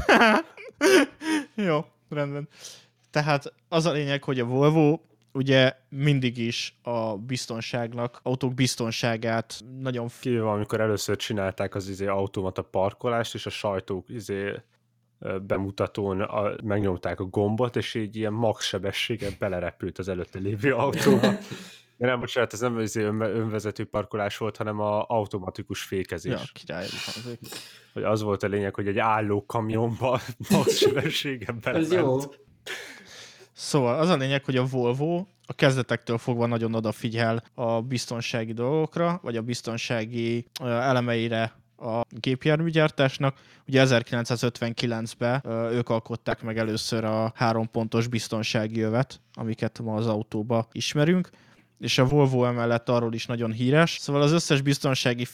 Jó, rendben. Tehát az a lényeg, hogy a Volvo ugye mindig is a biztonságnak, autók biztonságát nagyon... F- Kivéve, amikor először csinálták az izé automata parkolást, és a sajtók izé bemutatón a, megnyomták a gombot, és így ilyen max sebességgel belerepült az előtte lévő autóba. De nem, bocsánat, ez nem izé ön, önvezető parkolás volt, hanem a automatikus fékezés. Ja, király. Hogy az volt a lényeg, hogy egy álló kamionba max sebességgel belement. Ez jó. Szóval az a lényeg, hogy a Volvo a kezdetektől fogva nagyon odafigyel a biztonsági dolgokra, vagy a biztonsági elemeire a gépjárműgyártásnak. Ugye ezerkilencszázötvenkilencben ők alkották meg először a három pontos biztonsági övet, amiket ma az autóba ismerünk, és a Volvo emellett arról is nagyon híres. Szóval az összes biztonsági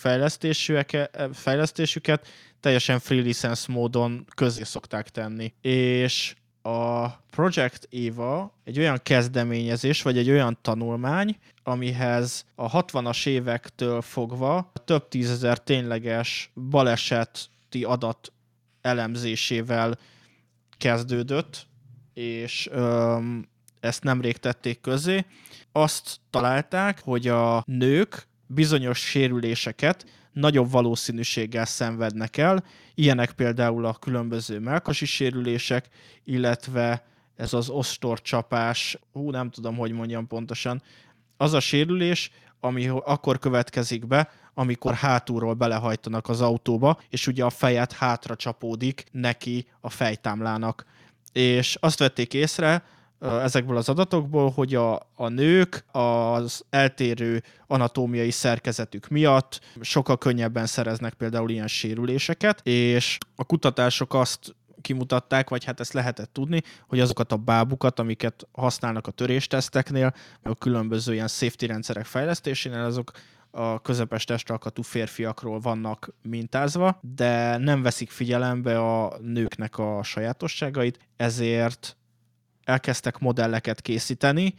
fejlesztésüket teljesen free license módon közé szokták tenni. És a Project Eva egy olyan kezdeményezés, vagy egy olyan tanulmány, amihez a hatvanas évektől fogva több tízezer tényleges baleseti adat elemzésével kezdődött, és öm, ezt nemrég tették közé. Azt találták, hogy a nők bizonyos sérüléseket nagyobb valószínűséggel szenvednek el, ilyenek például a különböző mellkasi sérülések, illetve ez az ostorcsapás, hú, nem tudom, hogy mondjam pontosan, az a sérülés, ami akkor következik be, amikor hátulról belehajtanak az autóba, és ugye a fejet hátra csapódik neki a fejtámlának. És azt vették észre ezekből az adatokból, hogy a, a nők az eltérő anatómiai szerkezetük miatt sokkal könnyebben szereznek például ilyen sérüléseket, és a kutatások azt kimutatták, vagy hát ezt lehetett tudni, hogy azokat a bábukat, amiket használnak a törésteszteknél, meg a különböző ilyen safety rendszerek fejlesztésénél, azok a közepes testalkatú férfiakról vannak mintázva, de nem veszik figyelembe a nőknek a sajátosságait, ezért elkezdtek modelleket készíteni,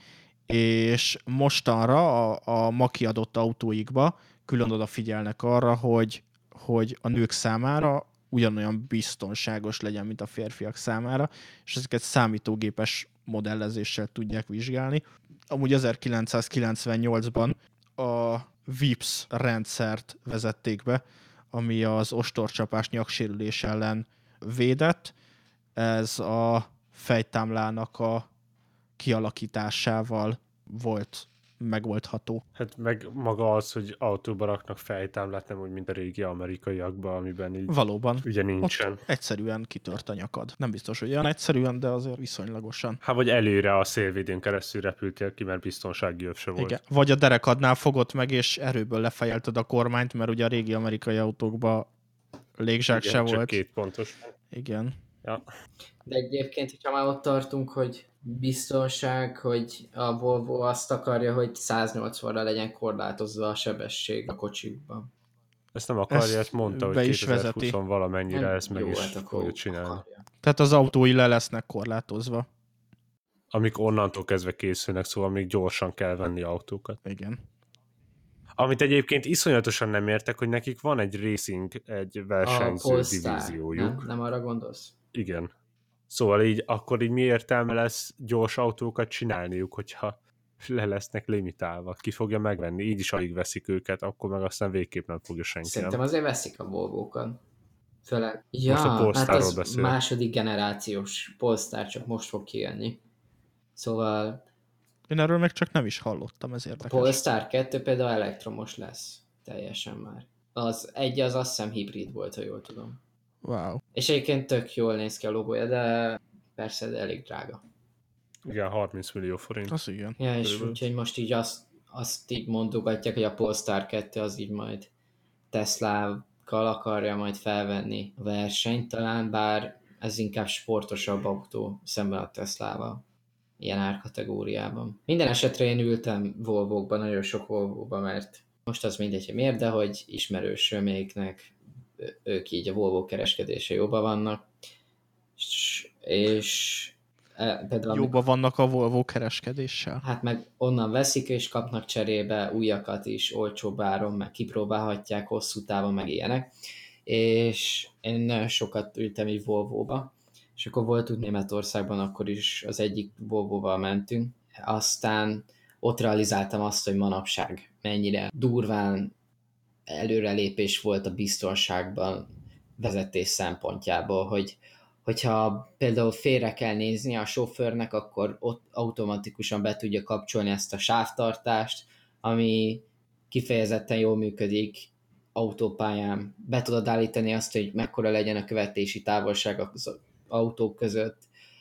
és mostanra a, a ma kiadott autóikba külön odafigyelnek arra, hogy, hogy a nők számára ugyanolyan biztonságos legyen, mint a férfiak számára, és ezeket számítógépes modellezéssel tudják vizsgálni. Amúgy ezerkilencszázkilencvennyolcban a VIPS rendszert vezették be, ami az ostorcsapás nyaksérülés ellen védett. Ez a fejtámlának a kialakításával volt megoldható. Hát meg maga az, hogy autóba raknak fejtámlát, nem úgy, mint a régi amerikaiakban, amiben így Valóban. ugye nincsen. Ott egyszerűen kitört a nyakad. Nem biztos, hogy olyan egyszerűen, de azért viszonylagosan. Hát vagy előre a szélvédőn keresztül repültél ki, mert biztonsági öv se volt. Igen. Vagy a derekadnál fogott meg, és erőből lefejelted a kormányt, mert ugye a régi amerikai autókban légzsák Igen, se csak volt. két pontos. Igen. Ja. De egyébként, hogyha már ott tartunk, hogy biztonság, hogy a Volvo azt akarja, hogy száznyolcvanra legyen korlátozva a sebesség a kocsikban. Ezt nem akarja, ezt, Ezt mondta, hogy be is kétezer-húszon vezeti. valamennyire Nem, ezt meg jó, is hát akkor fogja csinálni. akarja. Tehát az autói le lesznek korlátozva. Amik onnantól kezdve készülnek, szóval még gyorsan kell venni autókat. Igen. Amit egyébként iszonyatosan nem értek, hogy nekik van egy racing, egy A versenyző Polestar, divíziójuk. nem? Nem arra gondolsz? Igen. Szóval így, akkor így mi értelme lesz gyors autókat csinálniuk, hogyha le lesznek limitálva. Ki fogja megvenni? Így is alig veszik őket, akkor meg aztán végképp nem fogja senki. Szerintem Nem? azért veszik a Volvo-kat. Főleg. Ja, Most a hát Polestarról az beszélek. második generációs Polestar csak most fog kijönni. Szóval Én erről meg csak nem is hallottam, ez a érdekes. Polestar kettő például elektromos lesz. Teljesen már. Az egy az azt hiszem hibrid volt, ha jól tudom. Wow. És egyébként tök jól néz ki a logója, de persze de elég drága. Igen, harminc millió forint. Az igen. Ja, és Körülbelül. úgyhogy most így azt, azt így mondogatják, hogy a Polestar kettő az így majd Teslával akarja majd felvenni a versenyt talán, bár ez inkább sportosabb autó szemben a Teslával, ilyen árkategóriában. Minden esetre én ültem Volvo-kban, nagyon sok Volvo-ba, mert most az mindegy, hogy miért, de hogy ismerősöméknek ők így a Volvo kereskedése jobban vannak, és, és e, például Jóban vannak a Volvo kereskedéssel. hát meg onnan veszik, és kapnak cserébe újakat is olcsóbb áron, meg kipróbálhatják hosszú távon, meg ilyenek. És én nagyon sokat ültem így Volvo-ba, és akkor voltunk Németországban, akkor is az egyik Volvo-val mentünk. Aztán ott realizáltam azt, hogy manapság mennyire durván előrelépés volt a biztonságban vezetés szempontjából, hogy hogyha például félre kell nézni a sofőrnek, akkor ott automatikusan be tudja kapcsolni ezt a sávtartást, ami kifejezetten jól működik autópályán. Be tudod állítani azt, hogy mekkora legyen a követési távolság az autók között,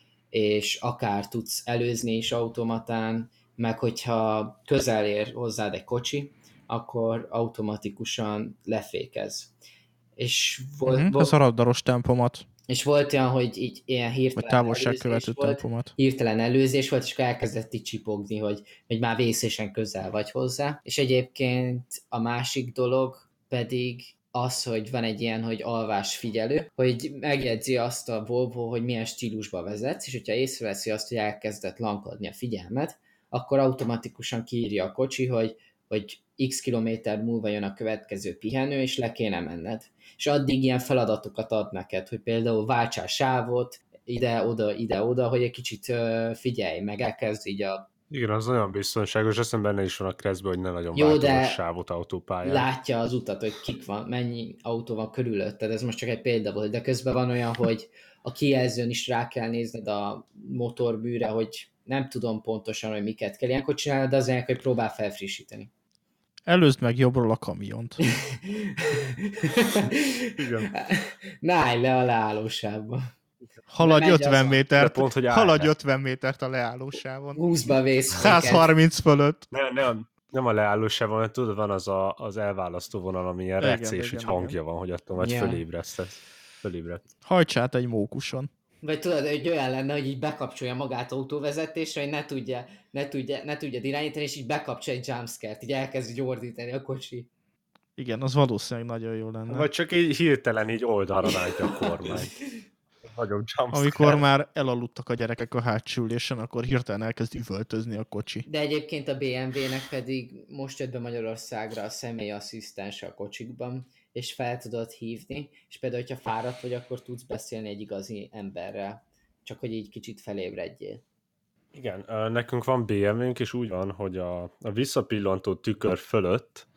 és akár tudsz előzni is automatán, meg hogyha közel ér hozzád egy kocsi, akkor automatikusan lefékez. És volt, Uh-huh. Ez a radaros tempomat, és volt olyan, hogy így ilyen vagy hirtelen távolságkövető előzés volt, tempomat. hirtelen előzés volt, és akkor elkezdett így csipogni, hogy, hogy már vészésen közel vagy hozzá. És egyébként a másik dolog pedig az, hogy van egy ilyen, hogy alvás figyelő, hogy megjegyzi azt a Volvo, hogy milyen stílusba vezetsz, és hogyha észreveszi azt, hogy elkezdett lankadni a figyelmet, akkor automatikusan kiírja a kocsi, hogy, hogy x kilométer múlva jön a következő pihenő, és le kéne menned. És addig ilyen feladatokat ad neked, hogy például váltsál sávot, ide-oda, ide-oda, hogy egy kicsit uh, figyelj, meg elkezd így a... Igen, az olyan biztonságos, azt hiszem benne is van a keresztben, hogy ne nagyon Jó, változó de sávot autópályán. látja az utat, hogy kik van, mennyi autó van körülötted, ez most csak egy példa volt, de közben van olyan, hogy a kijelzőn is rá kell nézned a motorbűre, hogy nem tudom pontosan, hogy miket kell ilyenkor csinálni, de az olyan, hogy próbál felfrissíteni. Előzd meg jobbról a kamiont. Igen. Ne állj le a leállósávba. Haladj Nem megy ötven az- métert, de pont, hogy állj haladj le. ötven métert a leállósávon. húszba vész. száz harminc fölött. Ne, nem, nem a leállósában, hanem tudod, van az a, az elválasztó vonal, ami ilyen Igen, recés, igen, hogy hangja van, hogy attól majd Ja. fölébresztesz. Fölébredt. Hajts át egy mókuson. Vagy tudod, hogy olyan lenne, hogy így bekapcsolja magát autóvezetésre, hogy ne tudja, ne tudja, ne tudja irányítani, és így bekapcsol egy jumpscare-t, így elkezd gyordítani a kocsi. Igen, az valószínűleg nagyon jó lenne. Vagy csak így hirtelen így oldalra rántja a kormány. Nagyobb jumpscare. Amikor már elaludtak a gyerekek a hátsó ülésen, akkor hirtelen elkezd üvöltözni a kocsi. De egyébként a bé em vé-nek pedig most jött be Magyarországra a személyasszisztens a kocsikban, és fel tudod hívni, és például, hogyha fáradt vagy, akkor tudsz beszélni egy igazi emberrel, csak hogy így kicsit felébredjél. Igen, ö, nekünk van bé em vé-nk, és úgy van, hogy a, a visszapillantó tükör fölött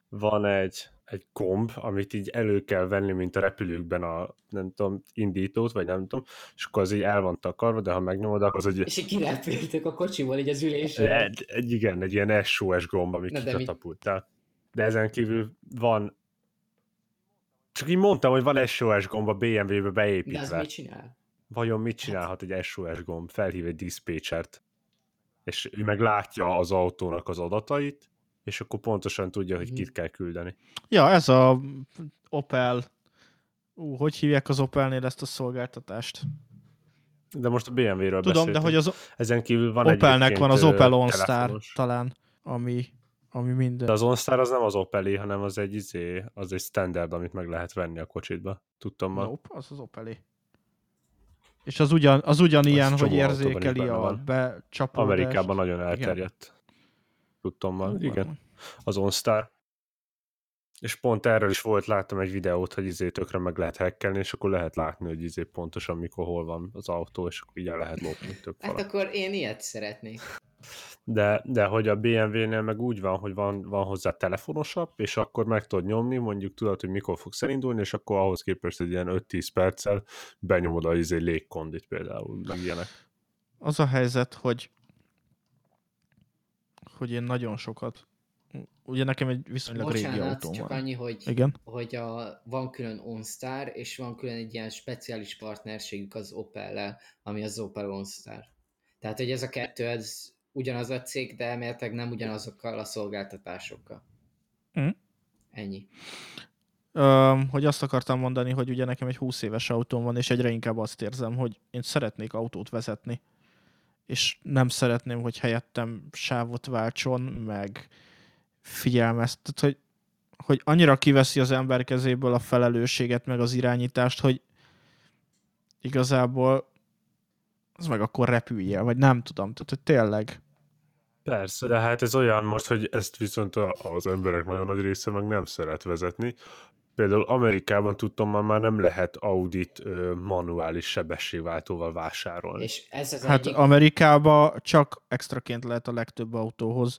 van egy, egy gomb, amit így elő kell venni, mint a repülőkben a, nem tudom, indítót, vagy nem tudom, és akkor az így el van takarva, de ha megnyomod, akkor az egy, És így kirepültök a kocsiból így az ülésre. egy, egy igen, egy ilyen es o es gomb, ami Na, de mi- kikatapultál. De ezen kívül van, csak így mondtam, hogy van es o es gomb a bé em vé-be De az beépítve. mit csinál? Vajon mit csinálhat egy es o es gomb? Felhív egy diszpécsert, és ő meg látja az autónak az adatait, és akkor pontosan tudja, hogy kit kell küldeni. Ja, ez a Opel, ú, hogy hívják az Opelnél ezt a szolgáltatást? De most a bé em vé-ről Tudom, beszéltünk. de hogy az Ezen kívül van Opelnek egyébként van az ö, Opel OnStar telefonos. talán, ami, ami minden. De az OnStar az nem az Opelé, hanem az egy, izé, az egy standard, amit meg lehet venni a kocsitba. Tudtam ma. Nope, az az Opelé. És az, ugyan, az ugyanilyen, Az hogy csomó autóban is érzékeli benne a van. becsapódást. Amerikában nagyon elterjedt. Tudtam ma. Igen. Az OnStar. És pont erről is volt, láttam egy videót, hogy izé tökre meg lehet hackelni, és akkor lehet látni, hogy izé pontosan mikor, hol van az autó, és akkor így el lehet lopni több Hát falat. akkor én ilyet szeretnék. De, de hogy a bé em vé-nél meg úgy van, hogy van, van hozzá telefonosabb, és akkor meg tudod nyomni, mondjuk tudod, hogy mikor fogsz elindulni, és akkor ahhoz képest egy ilyen öt-tíz perccel benyomod a izé légkondit például, meg ilyenek. Az a helyzet, hogy hogy én nagyon sokat, ugye nekem egy viszonylag régi Bocsánat, autóm csak van. annyi, hogy, Igen? hogy a, van külön OnStar, és van külön egy ilyen speciális partnerségük az Opel-lel, ami az Opel OnStar. Tehát, hogy ez a kettő, ez ugyanaz a cég, de elméletileg nem ugyanazokkal a szolgáltatásokkal. Mm. Ennyi. Ö, hogy azt akartam mondani, hogy ugye nekem egy húsz éves autóm van, és egyre inkább azt érzem, hogy én szeretnék autót vezetni, és nem szeretném, hogy helyettem sávot váltson, meg figyelmezt. Tehát, hogy, hogy annyira kiveszi az ember kezéből a felelősséget, meg az irányítást, hogy igazából az meg akkor repüljél, vagy nem tudom. Tehát, hogy tényleg. Persze, de hát ez olyan most, hogy ezt viszont a- az emberek nagyon nagy része meg nem szeret vezetni. Például Amerikában tudtam, már, már nem lehet Audit ö, manuális sebességváltóval vásárolni. És ez az Hát egyik... Amerikában csak extraként lehet a legtöbb autóhoz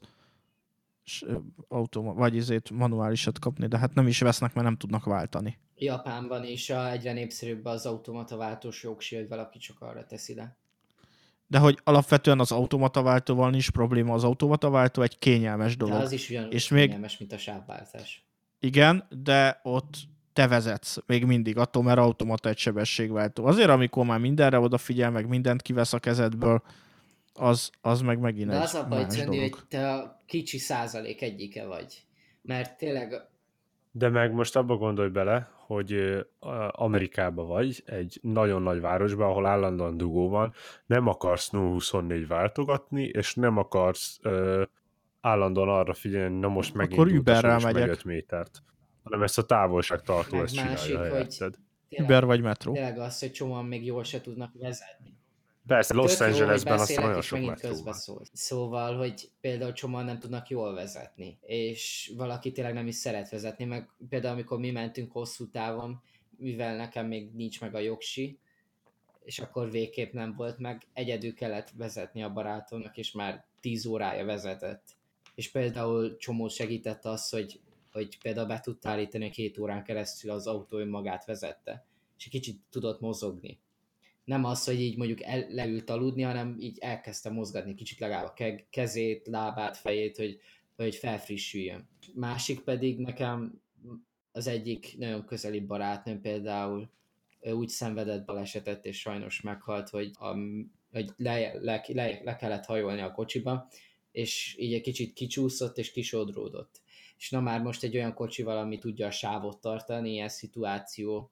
s- ö, autó, vagy izét manuálisat kapni, de hát nem is vesznek, mert nem tudnak váltani. Japánban is a egyre népszerűbb az automata váltós jogsi, hogy valaki csak arra teszi le. De hogy alapvetően az automataváltóval nincs probléma, az automataváltó egy kényelmes De dolog. az is ugyanúgy És még- kényelmes, mint a sávváltás. Igen, de ott te vezetsz még mindig, attól, mert automata egy sebességváltó. Azért, amikor már mindenre odafigyel, meg mindent kivesz a kezedből, az, az meg megint De egy az a baj, más Cendi, dolog. hogy te a kicsi százalék egyike vagy. Mert tényleg De meg most abba gondolj bele, hogy ö, a- Amerikában vagy, egy nagyon nagy városban, ahol állandóan dugó van, nem akarsz nulla huszonnégy váltogatni, és nem akarsz ö, állandóan arra figyelni, na most megint Akkor utasom, Uberrel és megy megyek. öt métert. Hanem ezt a távolságtartó meg ezt másik, csinálja hogy helyetted. tényleg, Uber vagy metró. tényleg az, hogy csomóan még jól se tudnak vezetni. Persze, Los Tök jó, hogy Angelesben aztán beszélek, nagyon és sok megint metró van. közbeszól. Szóval, hogy például csomóan nem tudnak jól vezetni, és valaki tényleg nem is szeret vezetni, meg például amikor mi mentünk hosszú távon, mivel nekem még nincs meg a jogsi, és akkor végképp nem volt meg, egyedül kellett vezetni a barátomnak, és már tíz órája vezetett. És például csomó segített az, hogy, hogy például be tudta állítani, hogy két órán keresztül az autó önmagát vezette, és egy kicsit tudott mozogni. Nem az, hogy így mondjuk el, leült aludni, hanem így elkezdte mozgatni kicsit legalább a ke- kezét, lábát, fejét, hogy, hogy felfrissüljön. Másik pedig nekem az egyik nagyon közeli barátnőm például ő úgy szenvedett balesetet, és sajnos meghalt, hogy, a, hogy le, le, le, le kellett hajolni a kocsiba, és így egy kicsit kicsúszott, és kisodródott. És na már most egy olyan kocsival, ami tudja a sávot tartani, ilyen szituáció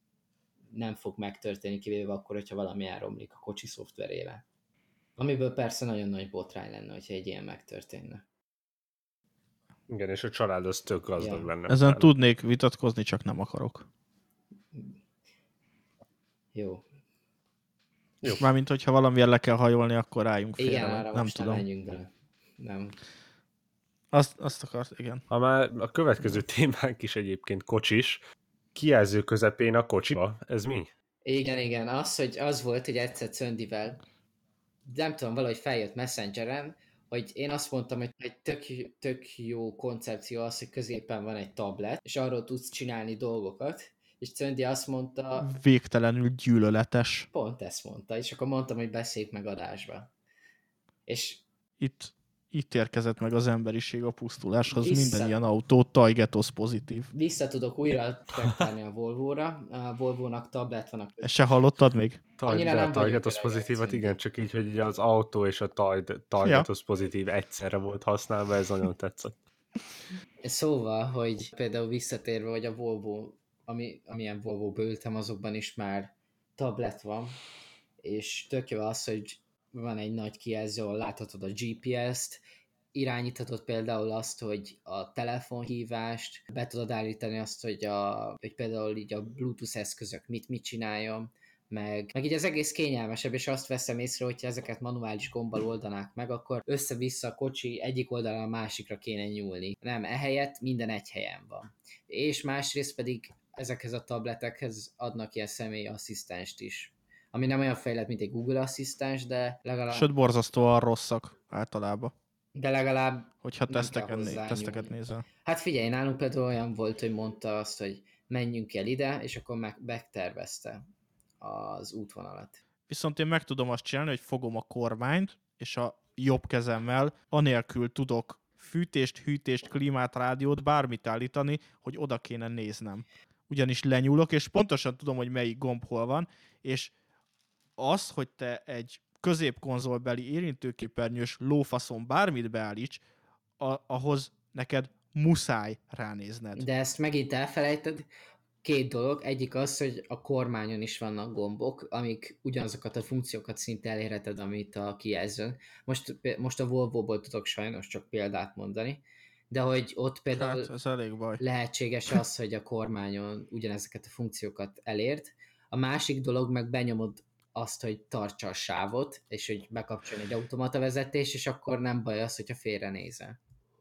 nem fog megtörténni, kivéve akkor, hogyha valami elromlik a kocsi szoftverével. Amiből persze nagyon nagy botrány lenne, hogyha egy ilyen megtörténne. Igen, és a család az tök gazdag Ja. lenne. Ezen utána. tudnék vitatkozni, csak nem akarok. Jó. Jó. Mármint, hogyha valamiért le kell hajolni, akkor álljunk félre. Igen, vagy arra nem most tudom. nem menjünk bele. Nem. Azt, azt akart, igen. Ha már a következő témánk is egyébként kocsis, kijelző közepén a kocsiba, ez mi? Igen, igen. Az, hogy az volt, hogy egyszer Cöndivel, nem tudom, valahogy feljött Messengeren, hogy én azt mondtam, hogy egy tök, tök jó koncepció az, hogy középen van egy tablet, és arról tudsz csinálni dolgokat, és Czöndi azt mondta, Végtelenül gyűlöletes. pont ezt mondta, és akkor mondtam, hogy beszéljük meg adásba. És Itt, itt érkezett meg az emberiség a pusztuláshoz. Vissza- Minden ilyen autó tajgetosz pozitív. vissza tudok újra traktálni a Volvo-ra. A Volvo-nak tablet van a Ezt se hallottad még? Annyira De nem a vagyok targetos öreg, pozitívat, Cindy. igen, csak így, hogy az autó és a targetos pozitív egyszerre volt használva, ez nagyon tetszett. Szóval, hogy például visszatérve, hogy a Volvo, ami, amilyen Volvo-ba ültem, azokban is már tablet van, és tök jó az, hogy van egy nagy kijelző, ahol láthatod a gé pé es-t, irányíthatod például azt, hogy a telefonhívást, be tudod állítani azt, hogy, a, hogy például így a Bluetooth eszközök mit, mit csináljon, meg, meg így az egész kényelmesebb, és azt veszem észre, hogyha ezeket manuális gombbal oldanák meg, akkor össze-vissza a kocsi egyik oldalon a másikra kéne nyúlni. Nem, ehelyett minden egy helyen van. És másrészt pedig ezekhez a tabletekhez adnak ilyen személyi asszisztenst is. Ami nem olyan fejlett, mint egy Google asszisztens, de legalább... Sőt, borzasztóan rosszak általában. De legalább Hogyha nem kell teszteken, né- hozzá teszteket nyúlni. nézel. Hát figyelj, nálunk például olyan volt, hogy mondta azt, hogy menjünk el ide, és akkor meg megtervezte az útvonalat. Viszont én meg tudom azt csinálni, hogy fogom a kormányt, és a jobb kezemmel anélkül tudok fűtést, hűtést, klímát, rádiót, bármit állítani, hogy oda kéne néznem. Ugyanis lenyúlok, és pontosan tudom, hogy melyik gomb hol van, és az, hogy te egy középkonzolbeli érintőképernyős lófaszon bármit beállíts, a- ahhoz neked muszáj ránézned. De ezt megint elfelejted, két dolog. Egyik az, hogy a kormányon is vannak gombok, amik ugyanazokat a funkciókat szinte elérheted, amit a kijelzőn. Most, most a Volvo-ból tudok sajnos csak példát mondani, de hogy ott például Hát ez elég baj. lehetséges az, hogy a kormányon ugyanezeket a funkciókat elért. A másik dolog meg benyomod azt, hogy tartsa a sávot, és hogy bekapcsolni egy automata vezetés, és akkor nem baj az, hogyha félrenézel.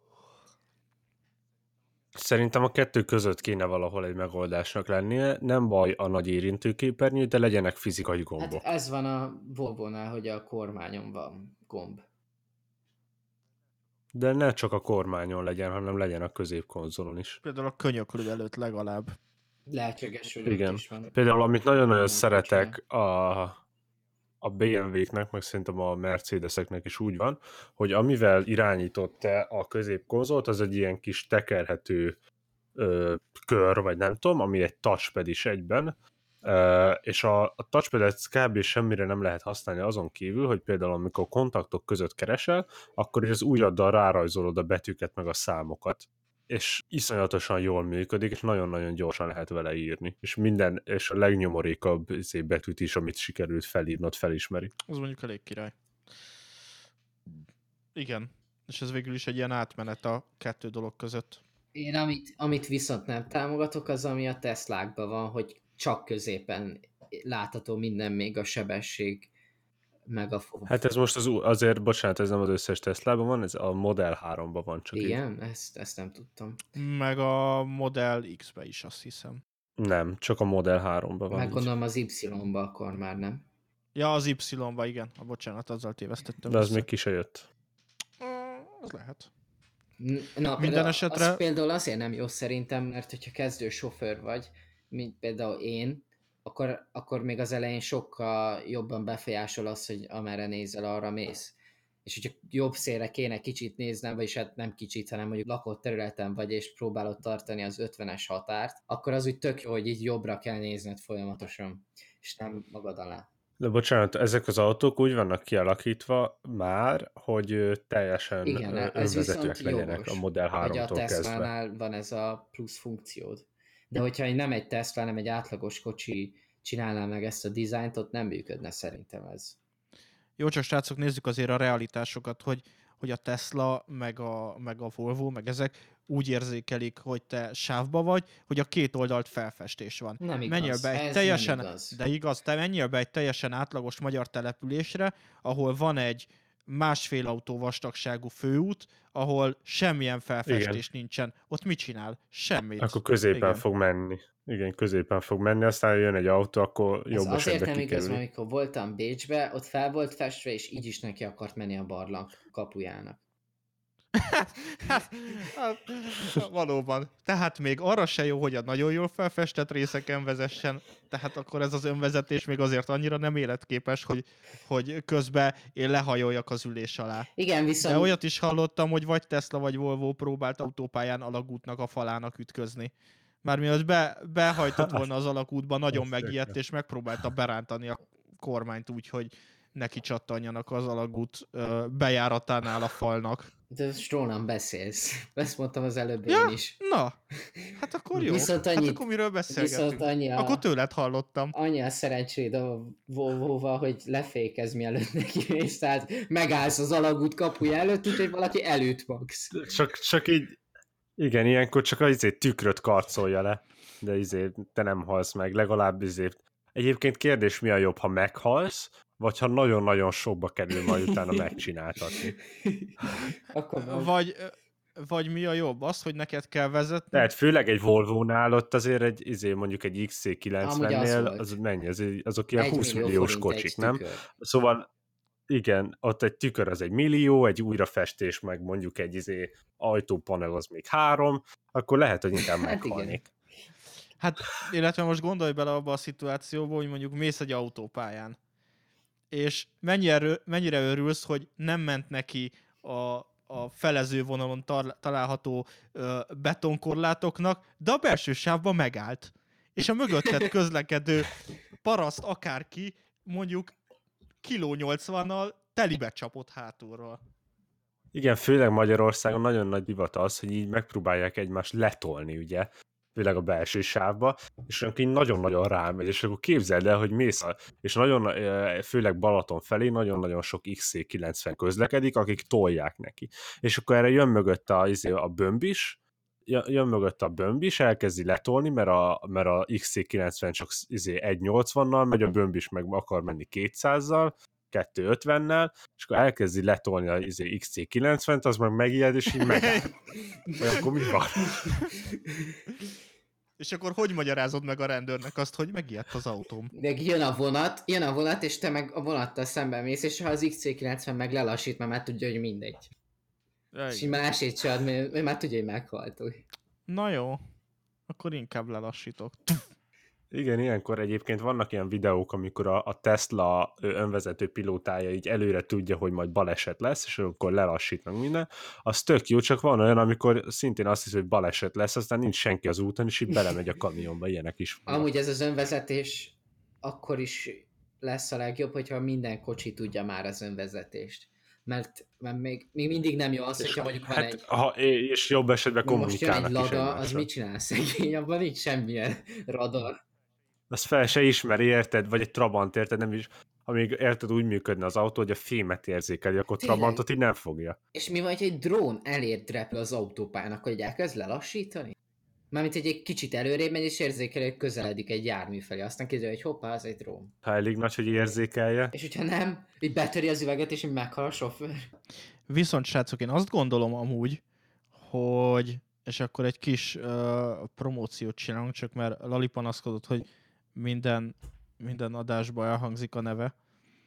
Szerintem a kettő között kéne valahol egy megoldásnak lennie. Nem baj a nagy érintőképernyő, de legyenek fizikai Hát gombok. ez van a Volvo-nál, hogy a kormányon van gomb. De ne csak a kormányon legyen, hanem legyen a középkonzolon is. Például a könyöklő előtt legalább. Lehetséges, hogy ott Igen. is van. Például, amit nagyon-nagyon Nem szeretek a, a bé em vé-knek, meg szerintem a Mercedeseknek is úgy van, hogy amivel irányított te a középkonzolt, az egy ilyen kis tekerhető ö, kör, vagy nem tudom, ami egy touchpad is egyben, ö, és a, a touchpadet kb. Semmire nem lehet használni azon kívül, hogy például amikor kontaktok között keresel, akkor az ujjaddal rárajzolod a betűket meg a számokat, és iszonyatosan jól működik, és nagyon-nagyon gyorsan lehet vele írni. És minden, és a legnyomorékabb betűt is, amit sikerült felírnod, felismeri. Az mondjuk elég király. Igen. És ez végül is egy ilyen átmenet a kettő dolog között. Én amit, amit viszont nem támogatok, az ami a Teslákban van, hogy csak középen látható minden, még a sebesség, meg a fog. Hát ez most az, azért, bocsánat, ez nem az összes Teslában van, ez a Model háromban van csak Igen, ezt, ezt nem tudtam. Meg a Model X-be is, azt hiszem. így. Nem, csak a Model háromban van. Meg így. gondolom az Y-ba akkor már nem. Ja, az Y-ba, igen. A bocsánat, azzal tévesztettem. De az össze. még ki se jött. Az lehet. N- Na, Minden esetre... esetre- az például azért nem jó szerintem, mert hogyha kezdő sofőr vagy, mint például én, akkor, akkor még az elején sokkal jobban befolyásol az, hogy amerre nézel, arra mész. És hogyha jobb szélre kéne kicsit néznem, vagyis hát nem kicsit, hanem mondjuk lakott területen vagy, és próbálod tartani az ötvenes határt, akkor az úgy tök jó, hogy így jobbra kell nézned folyamatosan, és nem magad alá. De bocsánat, ezek az autók úgy vannak kialakítva már, hogy ö, teljesen Igen, ö, ez önvezetőek viszont legyenek jogos. a Model Hogy a háromtól kezdve. Tesla-nál van ez a plusz funkciód. De hogyha nem egy Tesla, hanem egy átlagos kocsi csinálná meg ezt a dizájnt, ott nem működne szerintem ez. Jó, csak srácok, nézzük azért a realitásokat, hogy, hogy a Tesla, meg a, meg a Volvo, meg ezek úgy érzékelik, hogy te sávba vagy, hogy a két oldalt felfestés van. Nem igaz, Menjél be egy ez teljesen, nem igaz. de igaz, te menjél be egy teljesen átlagos magyar településre, ahol van egy másfél autó vastagságú főút, ahol semmilyen felfestés Igen. nincsen. Ott mit csinál? Semmit. Akkor középen Igen. fog menni. Igen, középen fog menni, aztán jön egy autó, akkor Ez jobb azért esetben nem igaz, kikerül. mert amikor voltam Bécsbe, ott fel volt festve, és így is neki akart menni a barlang kapujának. Hát, hát, valóban. Tehát még arra se jó, hogy a nagyon jól felfestett részeken vezessen, tehát akkor ez az önvezetés még azért annyira nem életképes, hogy, hogy közben én lehajoljak az ülés alá. Igen, viszont... De olyat is hallottam, hogy vagy Tesla, vagy Volvo próbált autópályán alagútnak a falának ütközni. Már mielőtt be, behajtott volna az alagútba, nagyon megijedt, és megpróbálta berántani a kormányt úgy, hogy neki csattanjanak az alagút ö, bejáratánál a falnak. De rólam beszélsz. Ezt mondtam az előbb Ja, én is. na, hát akkor jó. Viszont hát annyit- akkor miről beszélgetünk? viszont annyi a- Akkor tőled hallottam. Annyi a szerencséd a Volvo-val, hogy lefékez mielőtt neki mész, tehát megállsz az alagút kapuja előtt, úgyhogy valaki előtt max. Csak, csak így, igen, ilyenkor csak az izé tükröt karcolja le, de izé te nem halsz meg, legalább izé. Egyébként kérdés, mi a jobb, ha meghalsz, vagy ha nagyon-nagyon sokba kerül majd utána megcsináltatni. Akkor most... Vagy, vagy mi a jobb? Az, hogy neked kell vezetni? Tehát főleg egy Volvo-nál ott azért egy, izé, mondjuk egy X C Amúgy az kilencvennél volt. az mennyi? Az, azok ilyen Egy húsz millió milliós forint egy kocsik, nem? tükör. Szóval igen, ott egy tükör az egy millió, egy újrafestés, meg mondjuk egy izé, ajtópanel az még három, akkor lehet, hogy inkább Hát meghalnék. Hát, illetve most gondolj bele abba a szituációba, hogy mondjuk mész egy autópályán, és mennyire, mennyire örülsz, hogy nem ment neki a, a felező vonalon tar- található ö, betonkorlátoknak, de a belső sávban megállt. És a mögötted közlekedő paraszt akárki mondjuk kiló nyolcvannal telibe csapott hátulról. Igen, főleg Magyarországon nagyon nagy divat az, hogy így megpróbálják egymást letolni, ugye, főleg a belső sávba, és akkor így nagyon-nagyon rámegy, és akkor képzeld el, hogy mész, a, és nagyon, főleg Balaton felé nagyon-nagyon sok X C kilencven közlekedik, akik tolják neki. És akkor erre jön mögött a, a bömbis, jön mögött a bömbis, elkezdi letolni, mert a, mert a X C kilencven csak izé egy nyolcvannal megy, a bömbis meg akar menni kétszázzal, kettő ötvennel, és akkor elkezdi letolni a izé, X C kilencvent, az meg megijed, és így megáll. Vagy akkor mi van? És akkor hogy magyarázod meg a rendőrnek azt, hogy megijedt az autóm? De jön a vonat, jön a vonat, és te meg a vonattal szemben mész, és ha az X C kilencven meg lelassít, mert már tudja, hogy mindegy. Ja, És így másét se ad, mert már tudja, hogy meghaltunk. Na jó, akkor inkább lelassítok. Igen, ilyenkor egyébként vannak ilyen videók, amikor a, a Tesla önvezető pilótája így előre tudja, hogy majd baleset lesz, és akkor lelassít meg minden. Az tök jó, csak van olyan, amikor szintén azt hiszi, hogy baleset lesz, aztán nincs senki az úton, és így belemegy a kamionba, ilyenek is vannak. Amúgy ez az önvezetés akkor is lesz a legjobb, hogyha minden kocsi tudja már az önvezetést. Mert, mert még, még mindig nem jó az, hogyha mondjuk van hát, egy... Ha, és jobb esetben Most jön egy kommunikálnak is Lada, az egymással. mit csinál szegény? Abban nincs semmilyen radar. Azt fel se ismeri, érted? Vagy egy Trabant, érted? Nem is, amíg érted úgy működne az autó, hogy a fémet érzékeli, akkor Tényleg? Trabantot így nem fogja. És mi van, hogy egy drón elért repül az autópályának, hogy elkezd lelassítani? Mármint, hogy egy kicsit előrébb megy, és érzékeli, hogy közeledik egy jármű felé. Aztán képzelj, hogy hoppá, az egy drón. Ha elég nagy, hogy érzékelje. És hogyha nem, így betöri az üveget, és így meghal a sofőr. Viszont srácok, én azt gondolom amúgy, hogy, és akkor egy kis uh, promóciót csinálunk, csak mert Lali panaszkodott, hogy minden, minden adásban elhangzik a neve.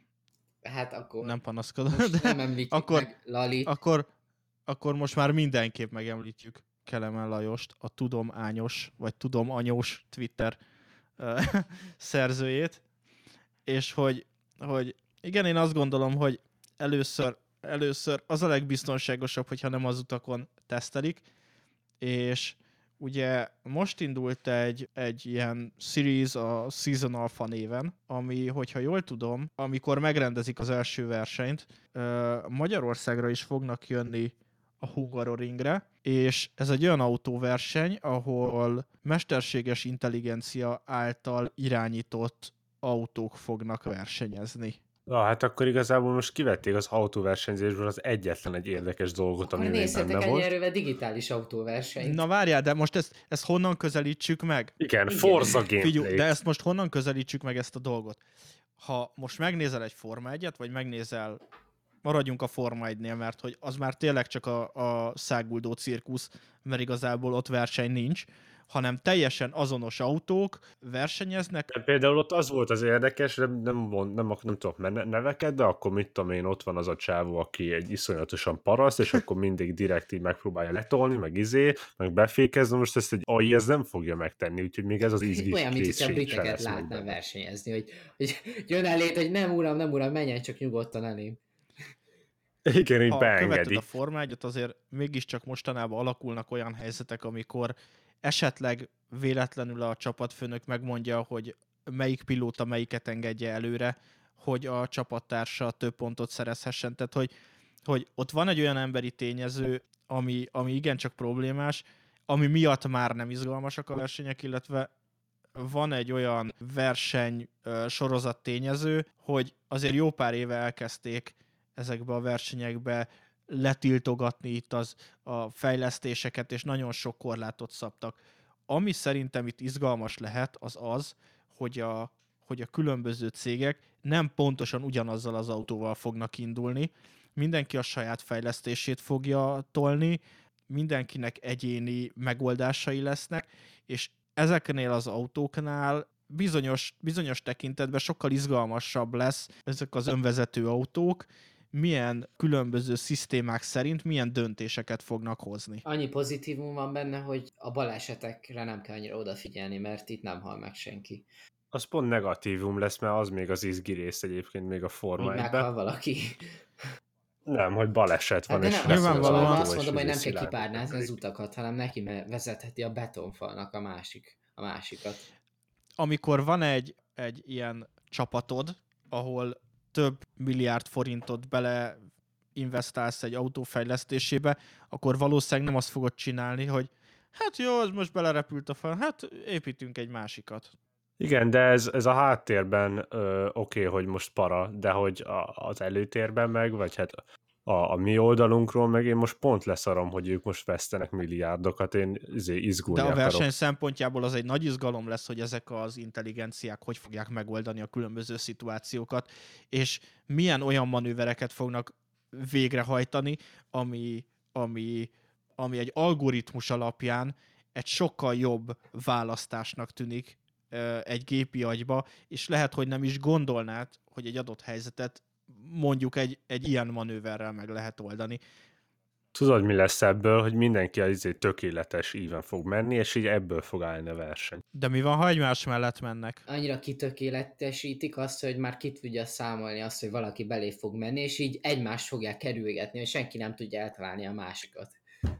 Hát akkor Nem panaszkodott, most de nem említjük akkor- meg Lalit. akkor, akkor most már mindenképp megemlítjük Kelemen Lajost, a Tudom Ányos, vagy Tudom Anyós Twitter uh, szerzőjét, és hogy, hogy igen, én azt gondolom, hogy először, először az a legbiztonságosabb, hogyha nem az utakon tesztelik, és ugye most indult egy, egy ilyen series a Season Alpha néven, ami, hogyha jól tudom, amikor megrendezik az első versenyt, Magyarországra is fognak jönni a Hungaroringre, és ez egy olyan autóverseny, ahol mesterséges intelligencia által irányított autók fognak versenyezni. Na, hát akkor igazából most kivették az autóversenyzésből az egyetlen egy érdekes dolgot, ami Akkor még nézzetek benne ennyi volt. erővel digitális autóversenyt. Na várjál, de most ezt, ezt honnan közelítsük meg? Igen, Igen. Forza Figyelj, gameplay. de ezt most honnan közelítsük meg ezt a dolgot? Ha most megnézel egy Forma egyet, vagy megnézel, maradjunk a Forma egynél, mert hogy az már tényleg csak a, a száguldó cirkusz, mert igazából ott verseny nincs. hanem teljesen azonos autók versenyeznek. De például ott az volt az érdekes, nem, nem, mond, nem, nem tudok neveket, de akkor mit tudom én, ott van az a csávó, aki egy iszonyatosan paraszt, és akkor mindig direkt így megpróbálja letolni, meg izé, meg befékezni, most ezt egy á i ez nem fogja megtenni, úgyhogy még ez az izgi olyan, mint hogyha a készség se briteket lesz meg látnám benne. versenyezni, hogy, hogy jön elét, hogy nem uram, nem uram, menjen csak nyugodtan elém. Igen, így Ha követed beengedi. a Forma egyet, azért mégiscsak mostanában alakulnak olyan helyzetek, amikor esetleg véletlenül a csapatfőnök megmondja, hogy melyik pilóta melyiket engedje előre, hogy a csapattársa több pontot szerezhessen. Tehát, hogy, hogy ott van egy olyan emberi tényező, ami, ami igencsak problémás, ami miatt már nem izgalmasak a versenyek, illetve van egy olyan verseny sorozat tényező, hogy azért jó pár éve elkezdték ezekbe a versenyekbe letiltogatni itt az, a fejlesztéseket, és nagyon sok korlátot szabtak. Ami szerintem itt izgalmas lehet, az az, hogy a, hogy a különböző cégek nem pontosan ugyanazzal az autóval fognak indulni, mindenki a saját fejlesztését fogja tolni, mindenkinek egyéni megoldásai lesznek, és ezeknél az autóknál bizonyos, bizonyos tekintetben sokkal izgalmasabb lesz ezek az önvezető autók, milyen különböző szisztémák szerint milyen döntéseket fognak hozni. Annyi pozitívum van benne, hogy a balesetekre nem kell annyira odafigyelni, mert itt nem hal meg senki. Az pont negatívum lesz, mert az még az izgi rész egyébként még a Forma Hogy egyben. meghal valaki. Nem, hogy baleset van, Hát de és nem, azt nyilvánvalóan- mondom, lesz azt mondom, hogy nem kell szilárd. kipárnázni az utakat, hanem neki vezetheti a betonfalnak a, másik, a másikat. Amikor van egy, egy ilyen csapatod, ahol több milliárd forintot bele investálsz egy autó fejlesztésébe, akkor valószínűleg nem azt fogod csinálni, hogy hát jó, az most belerepült a fal, hát építünk egy másikat. Igen, de ez, ez a háttérben oké, okay, hogy most para, de hogy a, az előtérben meg, vagy hát a, a mi oldalunkról meg én most pont leszarom, hogy ők most vesztenek milliárdokat, én izé izgulni De a akarok. verseny szempontjából az egy nagy izgalom lesz, hogy ezek az intelligenciák hogy fogják megoldani a különböző szituációkat, és milyen olyan manővereket fognak végrehajtani, ami, ami, ami egy algoritmus alapján egy sokkal jobb választásnak tűnik ö, egy gépi agyba, és lehet, hogy nem is gondolnád, hogy egy adott helyzetet mondjuk egy, egy ilyen manőverrel meg lehet oldani. Tudod, mi lesz ebből, hogy mindenki az izé tökéletes íven fog menni, és így ebből fog állni a verseny. De mi van, ha egymás mellett mennek? Annyira kitökéletesítik azt, hogy már ki tudja számolni azt, hogy valaki belé fog menni, és így egymást fogják kerülgetni, hogy senki nem tudja eltalálni a másikat.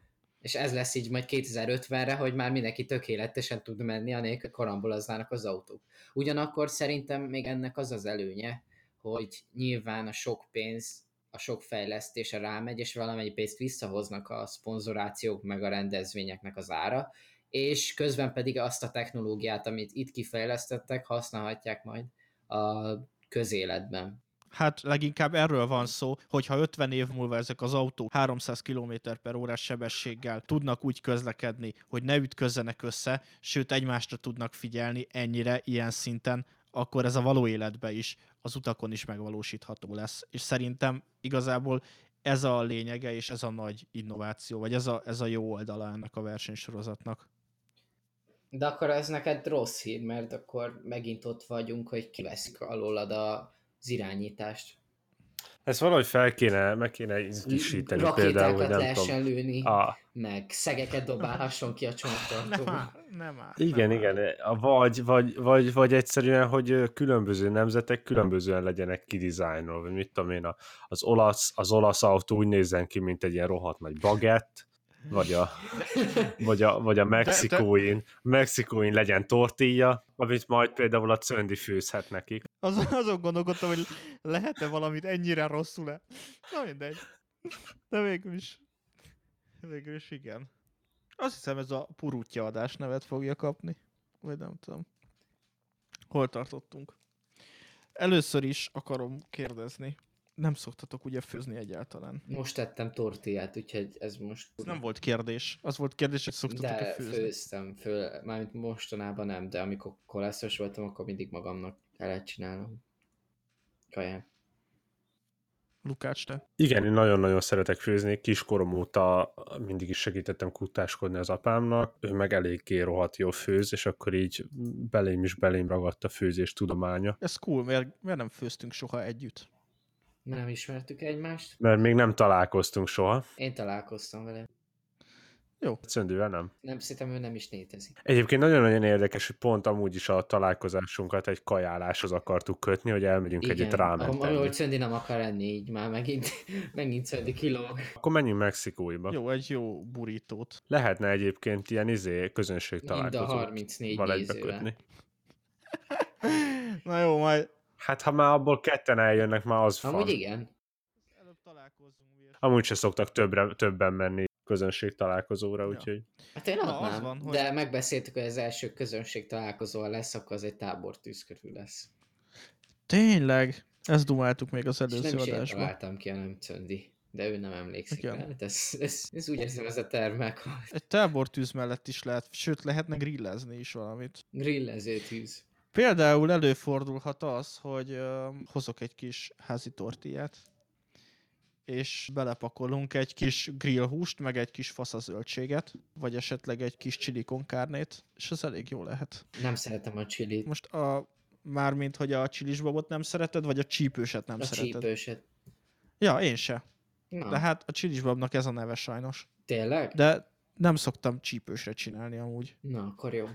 És ez lesz így majd kétezer-ötvenre, hogy már mindenki tökéletesen tud menni, anélkül karamboloznának az autók. Ugyanakkor szerintem még ennek az az előnye, hogy nyilván a sok pénz, a sok fejlesztése rámegy, és valamennyi pénzt visszahoznak a szponzorációk meg a rendezvényeknek az ára, és közben pedig azt a technológiát, amit itt kifejlesztettek, használhatják majd a közéletben. Hát leginkább erről van szó, hogy ha ötven év múlva ezek az autók háromszáz kilométer per órás sebességgel tudnak úgy közlekedni, hogy ne ütközzenek össze, sőt egymásra tudnak figyelni ennyire, ilyen szinten, akkor ez a való életben is, az utakon is megvalósítható lesz. És szerintem igazából ez a lényege, és ez a nagy innováció, vagy ez a, ez a jó oldala ennek a versenysorozatnak. De akkor ez neked rossz hír, mert akkor megint ott vagyunk, hogy kiveszik alólad a az irányítást. Ezt valahogy fel kéne, meg kéne kisíteni például, hogy nem lehessen tudom. lőni, A... meg szegeket dobálhasson ki a csomagtartóba. Nem áll, nem áll. Igen, nem igen. Vagy, vagy, vagy, vagy egyszerűen, hogy különböző nemzetek különbözően legyenek kidizájnolva, vagy mit tudom én, az olasz, az olasz autó úgy nézzen ki, mint egy ilyen rohadt nagy bagett, vagy a, vagy a, vagy a mexikóin, mexikóin legyen tortilla, amit majd például a Cöndi főzhet nekik. Az, azon gondolkodtam, hogy lehet-e valamit ennyire rosszul-e? Na mindegy. De végül is. Végül is igen. Azt hiszem, ez a Purutya adás nevet fogja kapni. Vagy nem tudom. Hol tartottunk? Először is akarom kérdezni. Nem szoktatok ugye főzni egyáltalán? Most tettem tortillát, úgyhogy ez most... Ez nem volt kérdés. Az volt kérdés, hogy szoktatok-e De főzni. főztem, föl, mármint mostanában nem, de amikor koleszos voltam, akkor mindig magamnak kellett csinálnom kaját. Lukács, te? Igen, én nagyon-nagyon szeretek főzni, kiskorom óta mindig is segítettem kuttáskodni az apámnak, ő meg eléggé rohadt jól főz, és akkor így belém is belém ragadt a főzés tudománya. Ez cool, miért, miért nem főztünk soha együtt? Nem ismertük egymást. Mert még nem találkoztunk soha. Én találkoztam vele. Jó. Szöndővel nem. Nem, szerintem ő nem is létezik. Egyébként nagyon-nagyon érdekes, hogy pont amúgy is a találkozásunkat egy kajáláshoz akartuk kötni, hogy elmegyünk Igen, egyet rámen ahol, tenni. ahol Szöndi nem akar enni, így már megint, megint Szöndi kilóg. Akkor menjünk Mexikóiba. Jó, egy jó burítót. Lehetne egyébként ilyen izé közönség Mind a találkozót harmincnégy val nézővel. egybekötni. Na jó, majd Hát ha már abból ketten eljönnek, már az Amúgy van. igen. előbb találkozzunk. miért? Amúgy se szoktak többre, többen menni közönség találkozóra, Ja. úgyhogy... Hát én Na, adnám, az van, hogy- de megbeszéltük, hogy az első közönség találkozóval lesz, akkor az egy tábortűz körül lesz. Tényleg? Ezt dumáltuk még az És nem előző is én adásban. találtam ki, hanem Czöndi. De ő nem emlékszik Igen. rá. Hát ez, ez, ez úgy érzem, ez a terv meghalt. Egy tábortűz mellett is lehet, sőt lehetne grillezni is valamit. Grillező tűz. Például előfordulhat az, hogy ö, hozok egy kis házi tortillát, és belepakolunk egy kis grillhúst, meg egy kis faszazöldséget, vagy esetleg egy kis chili con carnét, és az elég jó lehet. Nem szeretem a csilit. Most a, mármint, hogy a csilisbabot nem szereted, vagy a csípőset nem A szereted? csípőset. Ja, én se. Na, De hát a csilisbabnak ez a neve sajnos. tényleg? De nem szoktam csípősre csinálni amúgy. Na, akkor jó.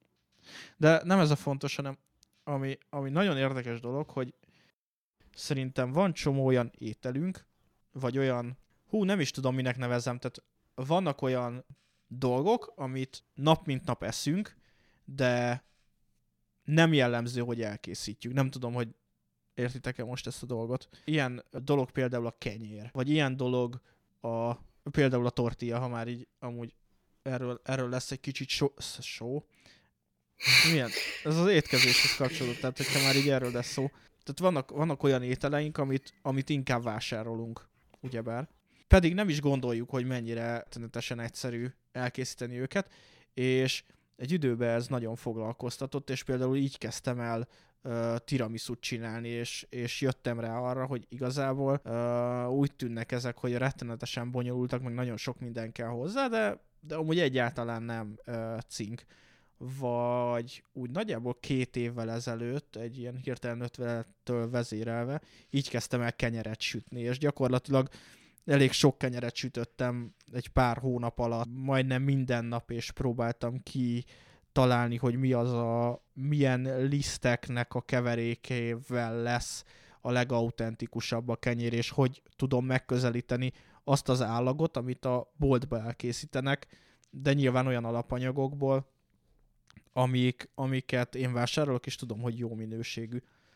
De nem ez a fontos, hanem ami, ami nagyon érdekes dolog, hogy szerintem van csomó olyan ételünk, vagy olyan, hú, nem is tudom, minek nevezzem, tehát vannak olyan dolgok, amit nap mint nap eszünk, de nem jellemző, hogy elkészítjük. Nem tudom, hogy értitek-e most ezt a dolgot. Ilyen dolog például a kenyér, vagy ilyen dolog a, például a tortilla, ha már így amúgy erről, erről lesz egy kicsit show, show. Milyen? Ez az étkezéshez kapcsolódó, tehát hogyha már így erről lesz szó. Tehát vannak, vannak olyan ételeink, amit, amit inkább vásárolunk, ugyebár. Pedig nem is gondoljuk, hogy mennyire tünetesen egyszerű elkészíteni őket, és egy időben ez nagyon foglalkoztatott, és például így kezdtem el uh, tiramisút csinálni, és, és jöttem rá arra, hogy igazából uh, úgy tűnnek ezek, hogy rettenetesen bonyolultak, meg nagyon sok minden kell hozzá, de, de amúgy egyáltalán nem uh, cink. Vagy úgy nagyjából két évvel ezelőtt, egy ilyen hirtelen ötvenettől vezérelve, így kezdtem el kenyeret sütni, és gyakorlatilag elég sok kenyeret sütöttem egy pár hónap alatt, majdnem minden nap, és próbáltam ki találni, hogy mi az a, milyen liszteknek a keverékével lesz a legautentikusabb a kenyér, és hogy tudom megközelíteni azt az állagot, amit a boltba elkészítenek, de nyilván olyan alapanyagokból, amik, amiket én vásárolok, és tudom, hogy jó minőségű.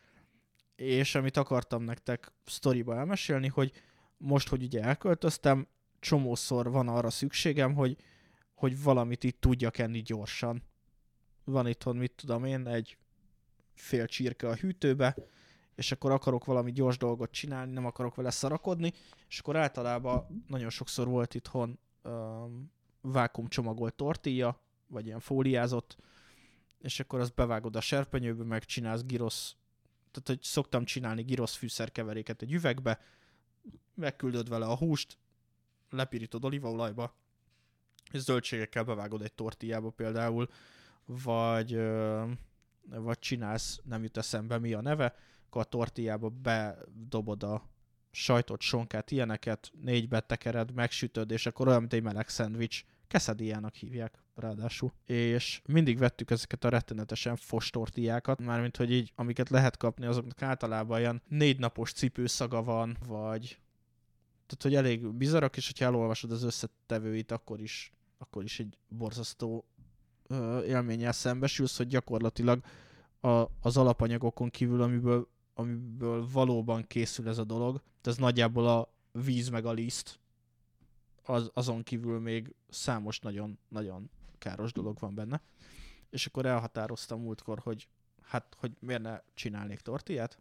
És amit akartam nektek sztoriba elmesélni, hogy most, hogy ugye elköltöztem, csomószor van arra szükségem, hogy, hogy valamit itt tudjak enni gyorsan. Van itthon, mit tudom én, egy fél csirke a hűtőbe, és akkor akarok valami gyors dolgot csinálni, nem akarok vele szarakodni, és akkor általában nagyon sokszor volt itthon um, vákuumcsomagolt tortilla, vagy ilyen fóliázott, és akkor azt bevágod a serpenyőbe, megcsinálsz girosz, tehát hogy szoktam csinálni girosz fűszerkeveréket egy üvegbe, megküldöd vele a húst, lepirítod olívaolajba, és zöldségekkel bevágod egy tortillába például, vagy, vagy csinálsz, nem jut eszembe mi a neve, akkor a tortillába bedobod a sajtot, sonkát, ilyeneket, négybe tekered, megsütöd, és akkor olyan, mint egy meleg szendvics. Quesadillának hívják ráadásul. És mindig vettük ezeket a rettenetesen fos tortillákat, mármint, hogy így, amiket lehet kapni, azoknak általában ilyen négy napos cipőszaga van, vagy tehát, hogy elég bizarak, és hogyha elolvasod az összetevőit, akkor is, akkor is egy borzasztó ö, élménnyel szembesülsz, hogy gyakorlatilag a, az alapanyagokon kívül, amiből, amiből valóban készül ez a dolog, ez nagyjából a víz meg a liszt, az, azon kívül még számos nagyon-nagyon káros dolog van benne. És akkor elhatároztam múltkor, hogy hát, hogy miért ne csinálnék tortillát,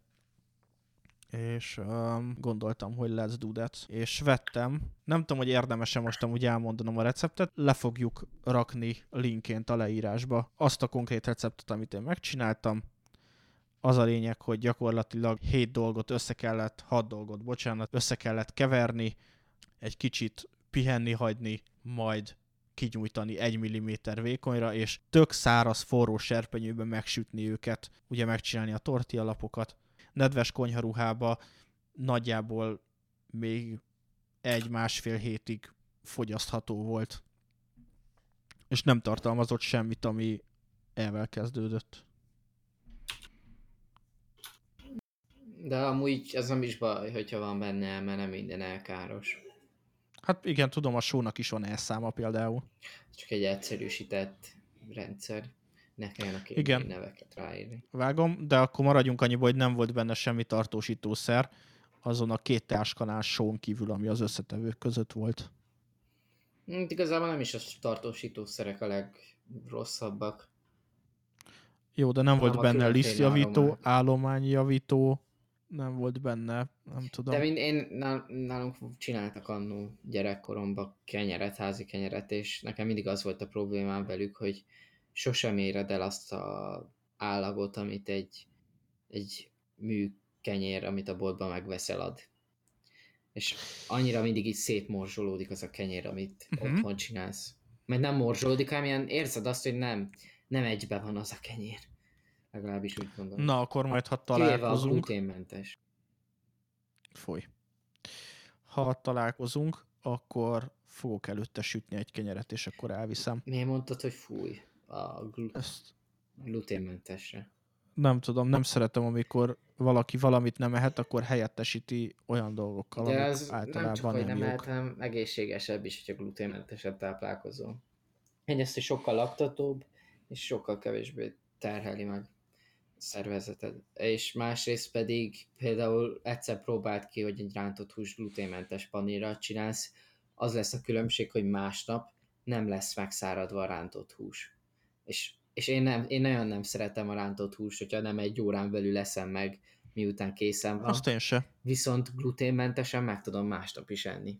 és um, gondoltam, hogy let's do that. És vettem, nem tudom, hogy érdemes-e most amúgy elmondanom a receptet, le fogjuk rakni linkként a leírásba azt a konkrét receptet, amit én megcsináltam. Az a lényeg, hogy gyakorlatilag hét dolgot össze kellett, hat dolgot, bocsánat, össze kellett keverni, egy kicsit pihenni hagyni, majd kinyújtani egy milliméter vékonyra, és tök száraz, forró serpenyőben megsütni őket, ugye megcsinálni a tortillalapokat. Nedves konyharuhába nagyjából még egy-másfél hétig fogyasztható volt, és nem tartalmazott semmit, ami elvel kezdődött. De amúgy az nem is baj, hogyha van benne, mert nem minden elkáros. Hát igen, tudom, a sónak is van elszáma például. Csak egy egyszerűsített rendszer. Ne kelljen a Igen. kémiai neveket ráírni. Vágom, de akkor maradjunk annyiba, hogy nem volt benne semmi tartósítószer, azon a két teáskanál són kívül, ami az összetevők között volt. Hm, igazából nem is a tartósítószerek a legrosszabbak. Jó, de nem Hanem volt a benne különféle lisztjavító, aromák. állományjavító, nem volt benne, nem tudom. De mind, én, nál- nálunk csináltak annó gyerekkoromban kenyeret, házi kenyeret, és nekem mindig az volt a problémám velük, hogy sosem éred el azt a állagot, amit egy, egy mű kenyér, amit a boltban megveszel, ad. És annyira mindig így szétmorzsolódik az a kenyér, amit Mhm. uh-huh. otthon csinálsz. Mert nem morzsolódik, hanem ilyen érzed azt, hogy nem, nem egybe van az a kenyér. Legalábbis úgy gondolom. Na, akkor majd, ha Kivéve a találkozunk... gluténmentes. Foly. Ha találkozunk, akkor fogok előtte sütni egy kenyeret, és akkor elviszem. Miért mondtad, hogy fúj a glu- Ezt gluténmentesre? nem tudom, nem szeretem, amikor valaki valamit nem ehet, akkor helyettesíti olyan dolgokkal, De amik ez nem általában csak, hogy nem nem jók. ehetem, egészségesebb is, hogyha gluténmentesebb táplálkozol. Egyrészt, hogy sokkal laktatóbb, és sokkal kevésbé terheli meg a szervezeted. És másrészt pedig például egyszer próbált ki, hogy egy rántott hús gluténmentes panírral csinálsz, az lesz a különbség, hogy másnap nem lesz megszáradva a rántott hús. És, és én, nem, én nagyon nem szeretem a rántott húst, hogyha nem egy órán belül leszem meg, miután készen van. Azt én se. Viszont gluténmentesen meg tudom másnap is enni.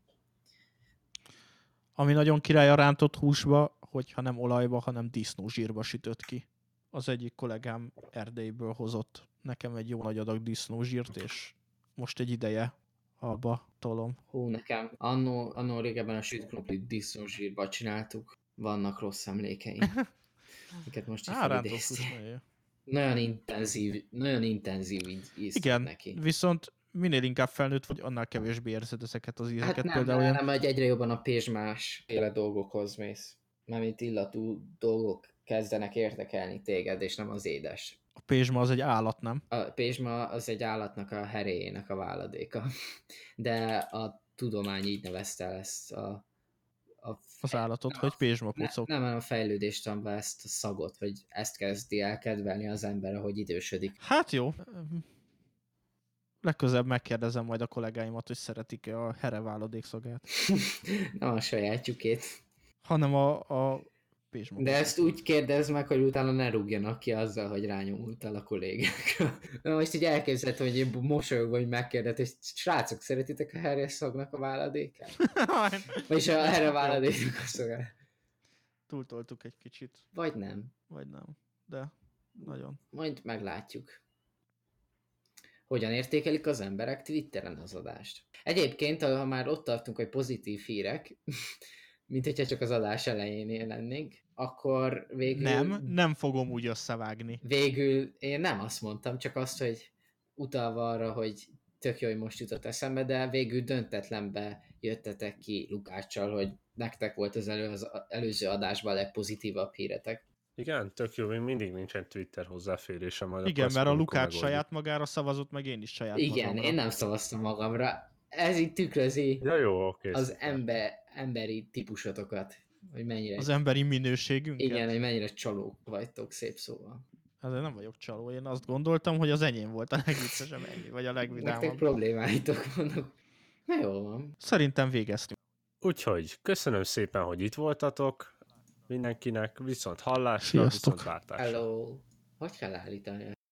Ami nagyon király a rántott húsba, hogyha nem olajba, hanem disznózsírba sütött ki. Az egyik kollégám Erdélyből hozott nekem egy jó nagy adag disznózsírt, és most egy ideje abba tolom. Hú, nekem annó, annó régebben a süt krumplit disznózsírba csináltuk. Vannak rossz emlékeim. Amiket most így Á, rántott hús, felidéztél. nagyon jó. Nagyon intenzív, nagyon intenzív így íztek Igen, neki. viszont minél inkább felnőtt vagy, annál kevésbé érzed ezeket az ízeket. Hát nem, Például nem, ilyen... nem, hogy egyre jobban a pézsmás féle dolgokhoz mész. Mármint illatú dolgok kezdenek érdekelni téged, és nem az édes. A pézsma az egy állat, nem? A pézsma az egy állatnak a heréjének a váladéka. De a tudomány így nevezte el ezt a, a Az állatot, nem hogy a- pézsma Ne, pucok. nem, hanem a fejlődéstanban ezt a szagot, vagy ezt kezdi el kedvelni az ember, ahogy idősödik. Hát jó. Legközelebb megkérdezem majd a kollégáimat, hogy szeretik-e a hereváladék szagát. Nem a sajátjukét. Hanem a, a pézsma De pucok. ezt úgy kérdezd meg, hogy utána ne rúgjanak ki azzal, hogy rányomultál a kollégák. Na most így elképzelhetem, hogy én mosolyogva, hogy megkérdez, hogy srácok, szeretitek a herjes szagnak a váladékát? Vagyis a herre váladéknak a szagát. Túltoltuk egy kicsit, Vagy nem. vagy nem. De nagyon. Majd meglátjuk. Hogyan értékelik az emberek Twitteren az adást. Egyébként, ha már ott tartunk, hogy pozitív hírek, mint hogyha csak az adás elejénél lennénk, akkor végül... Nem, nem fogom úgy összevágni. Végül én nem azt mondtam, csak azt, hogy utalva arra, hogy tök jó, hogy most jutott eszembe, de végül döntetlenbe jöttetek ki Lukáccsal, hogy nektek volt az, elő, az előző adásban a legpozitívabb híretek. Igen, tök jó, még mindig nincsen Twitter hozzáférésem. Majd Igen, akkor mert a ezt Lukács megoldjuk. saját magára szavazott, meg én is saját Igen, magamra. én nem szavaztam magamra. Ez így tükrözi Ja, jó, oké. az szuper. ember, emberi típusotokat, hogy mennyire, Az emberi minőségünket. igen, hogy mennyire csalók vagytok, szép szóval. Azért nem vagyok csaló. Én azt gondoltam, hogy az enyém volt a legviccesebb ennyi, vagy a Nektek legvidámabb. problémáitok vannak. Na jól van. Szerintem végeztünk. Úgyhogy köszönöm szépen, hogy itt voltatok mindenkinek, viszont hallásra, Sziasztok. viszont látásra. Hello. Hogy kell állítani?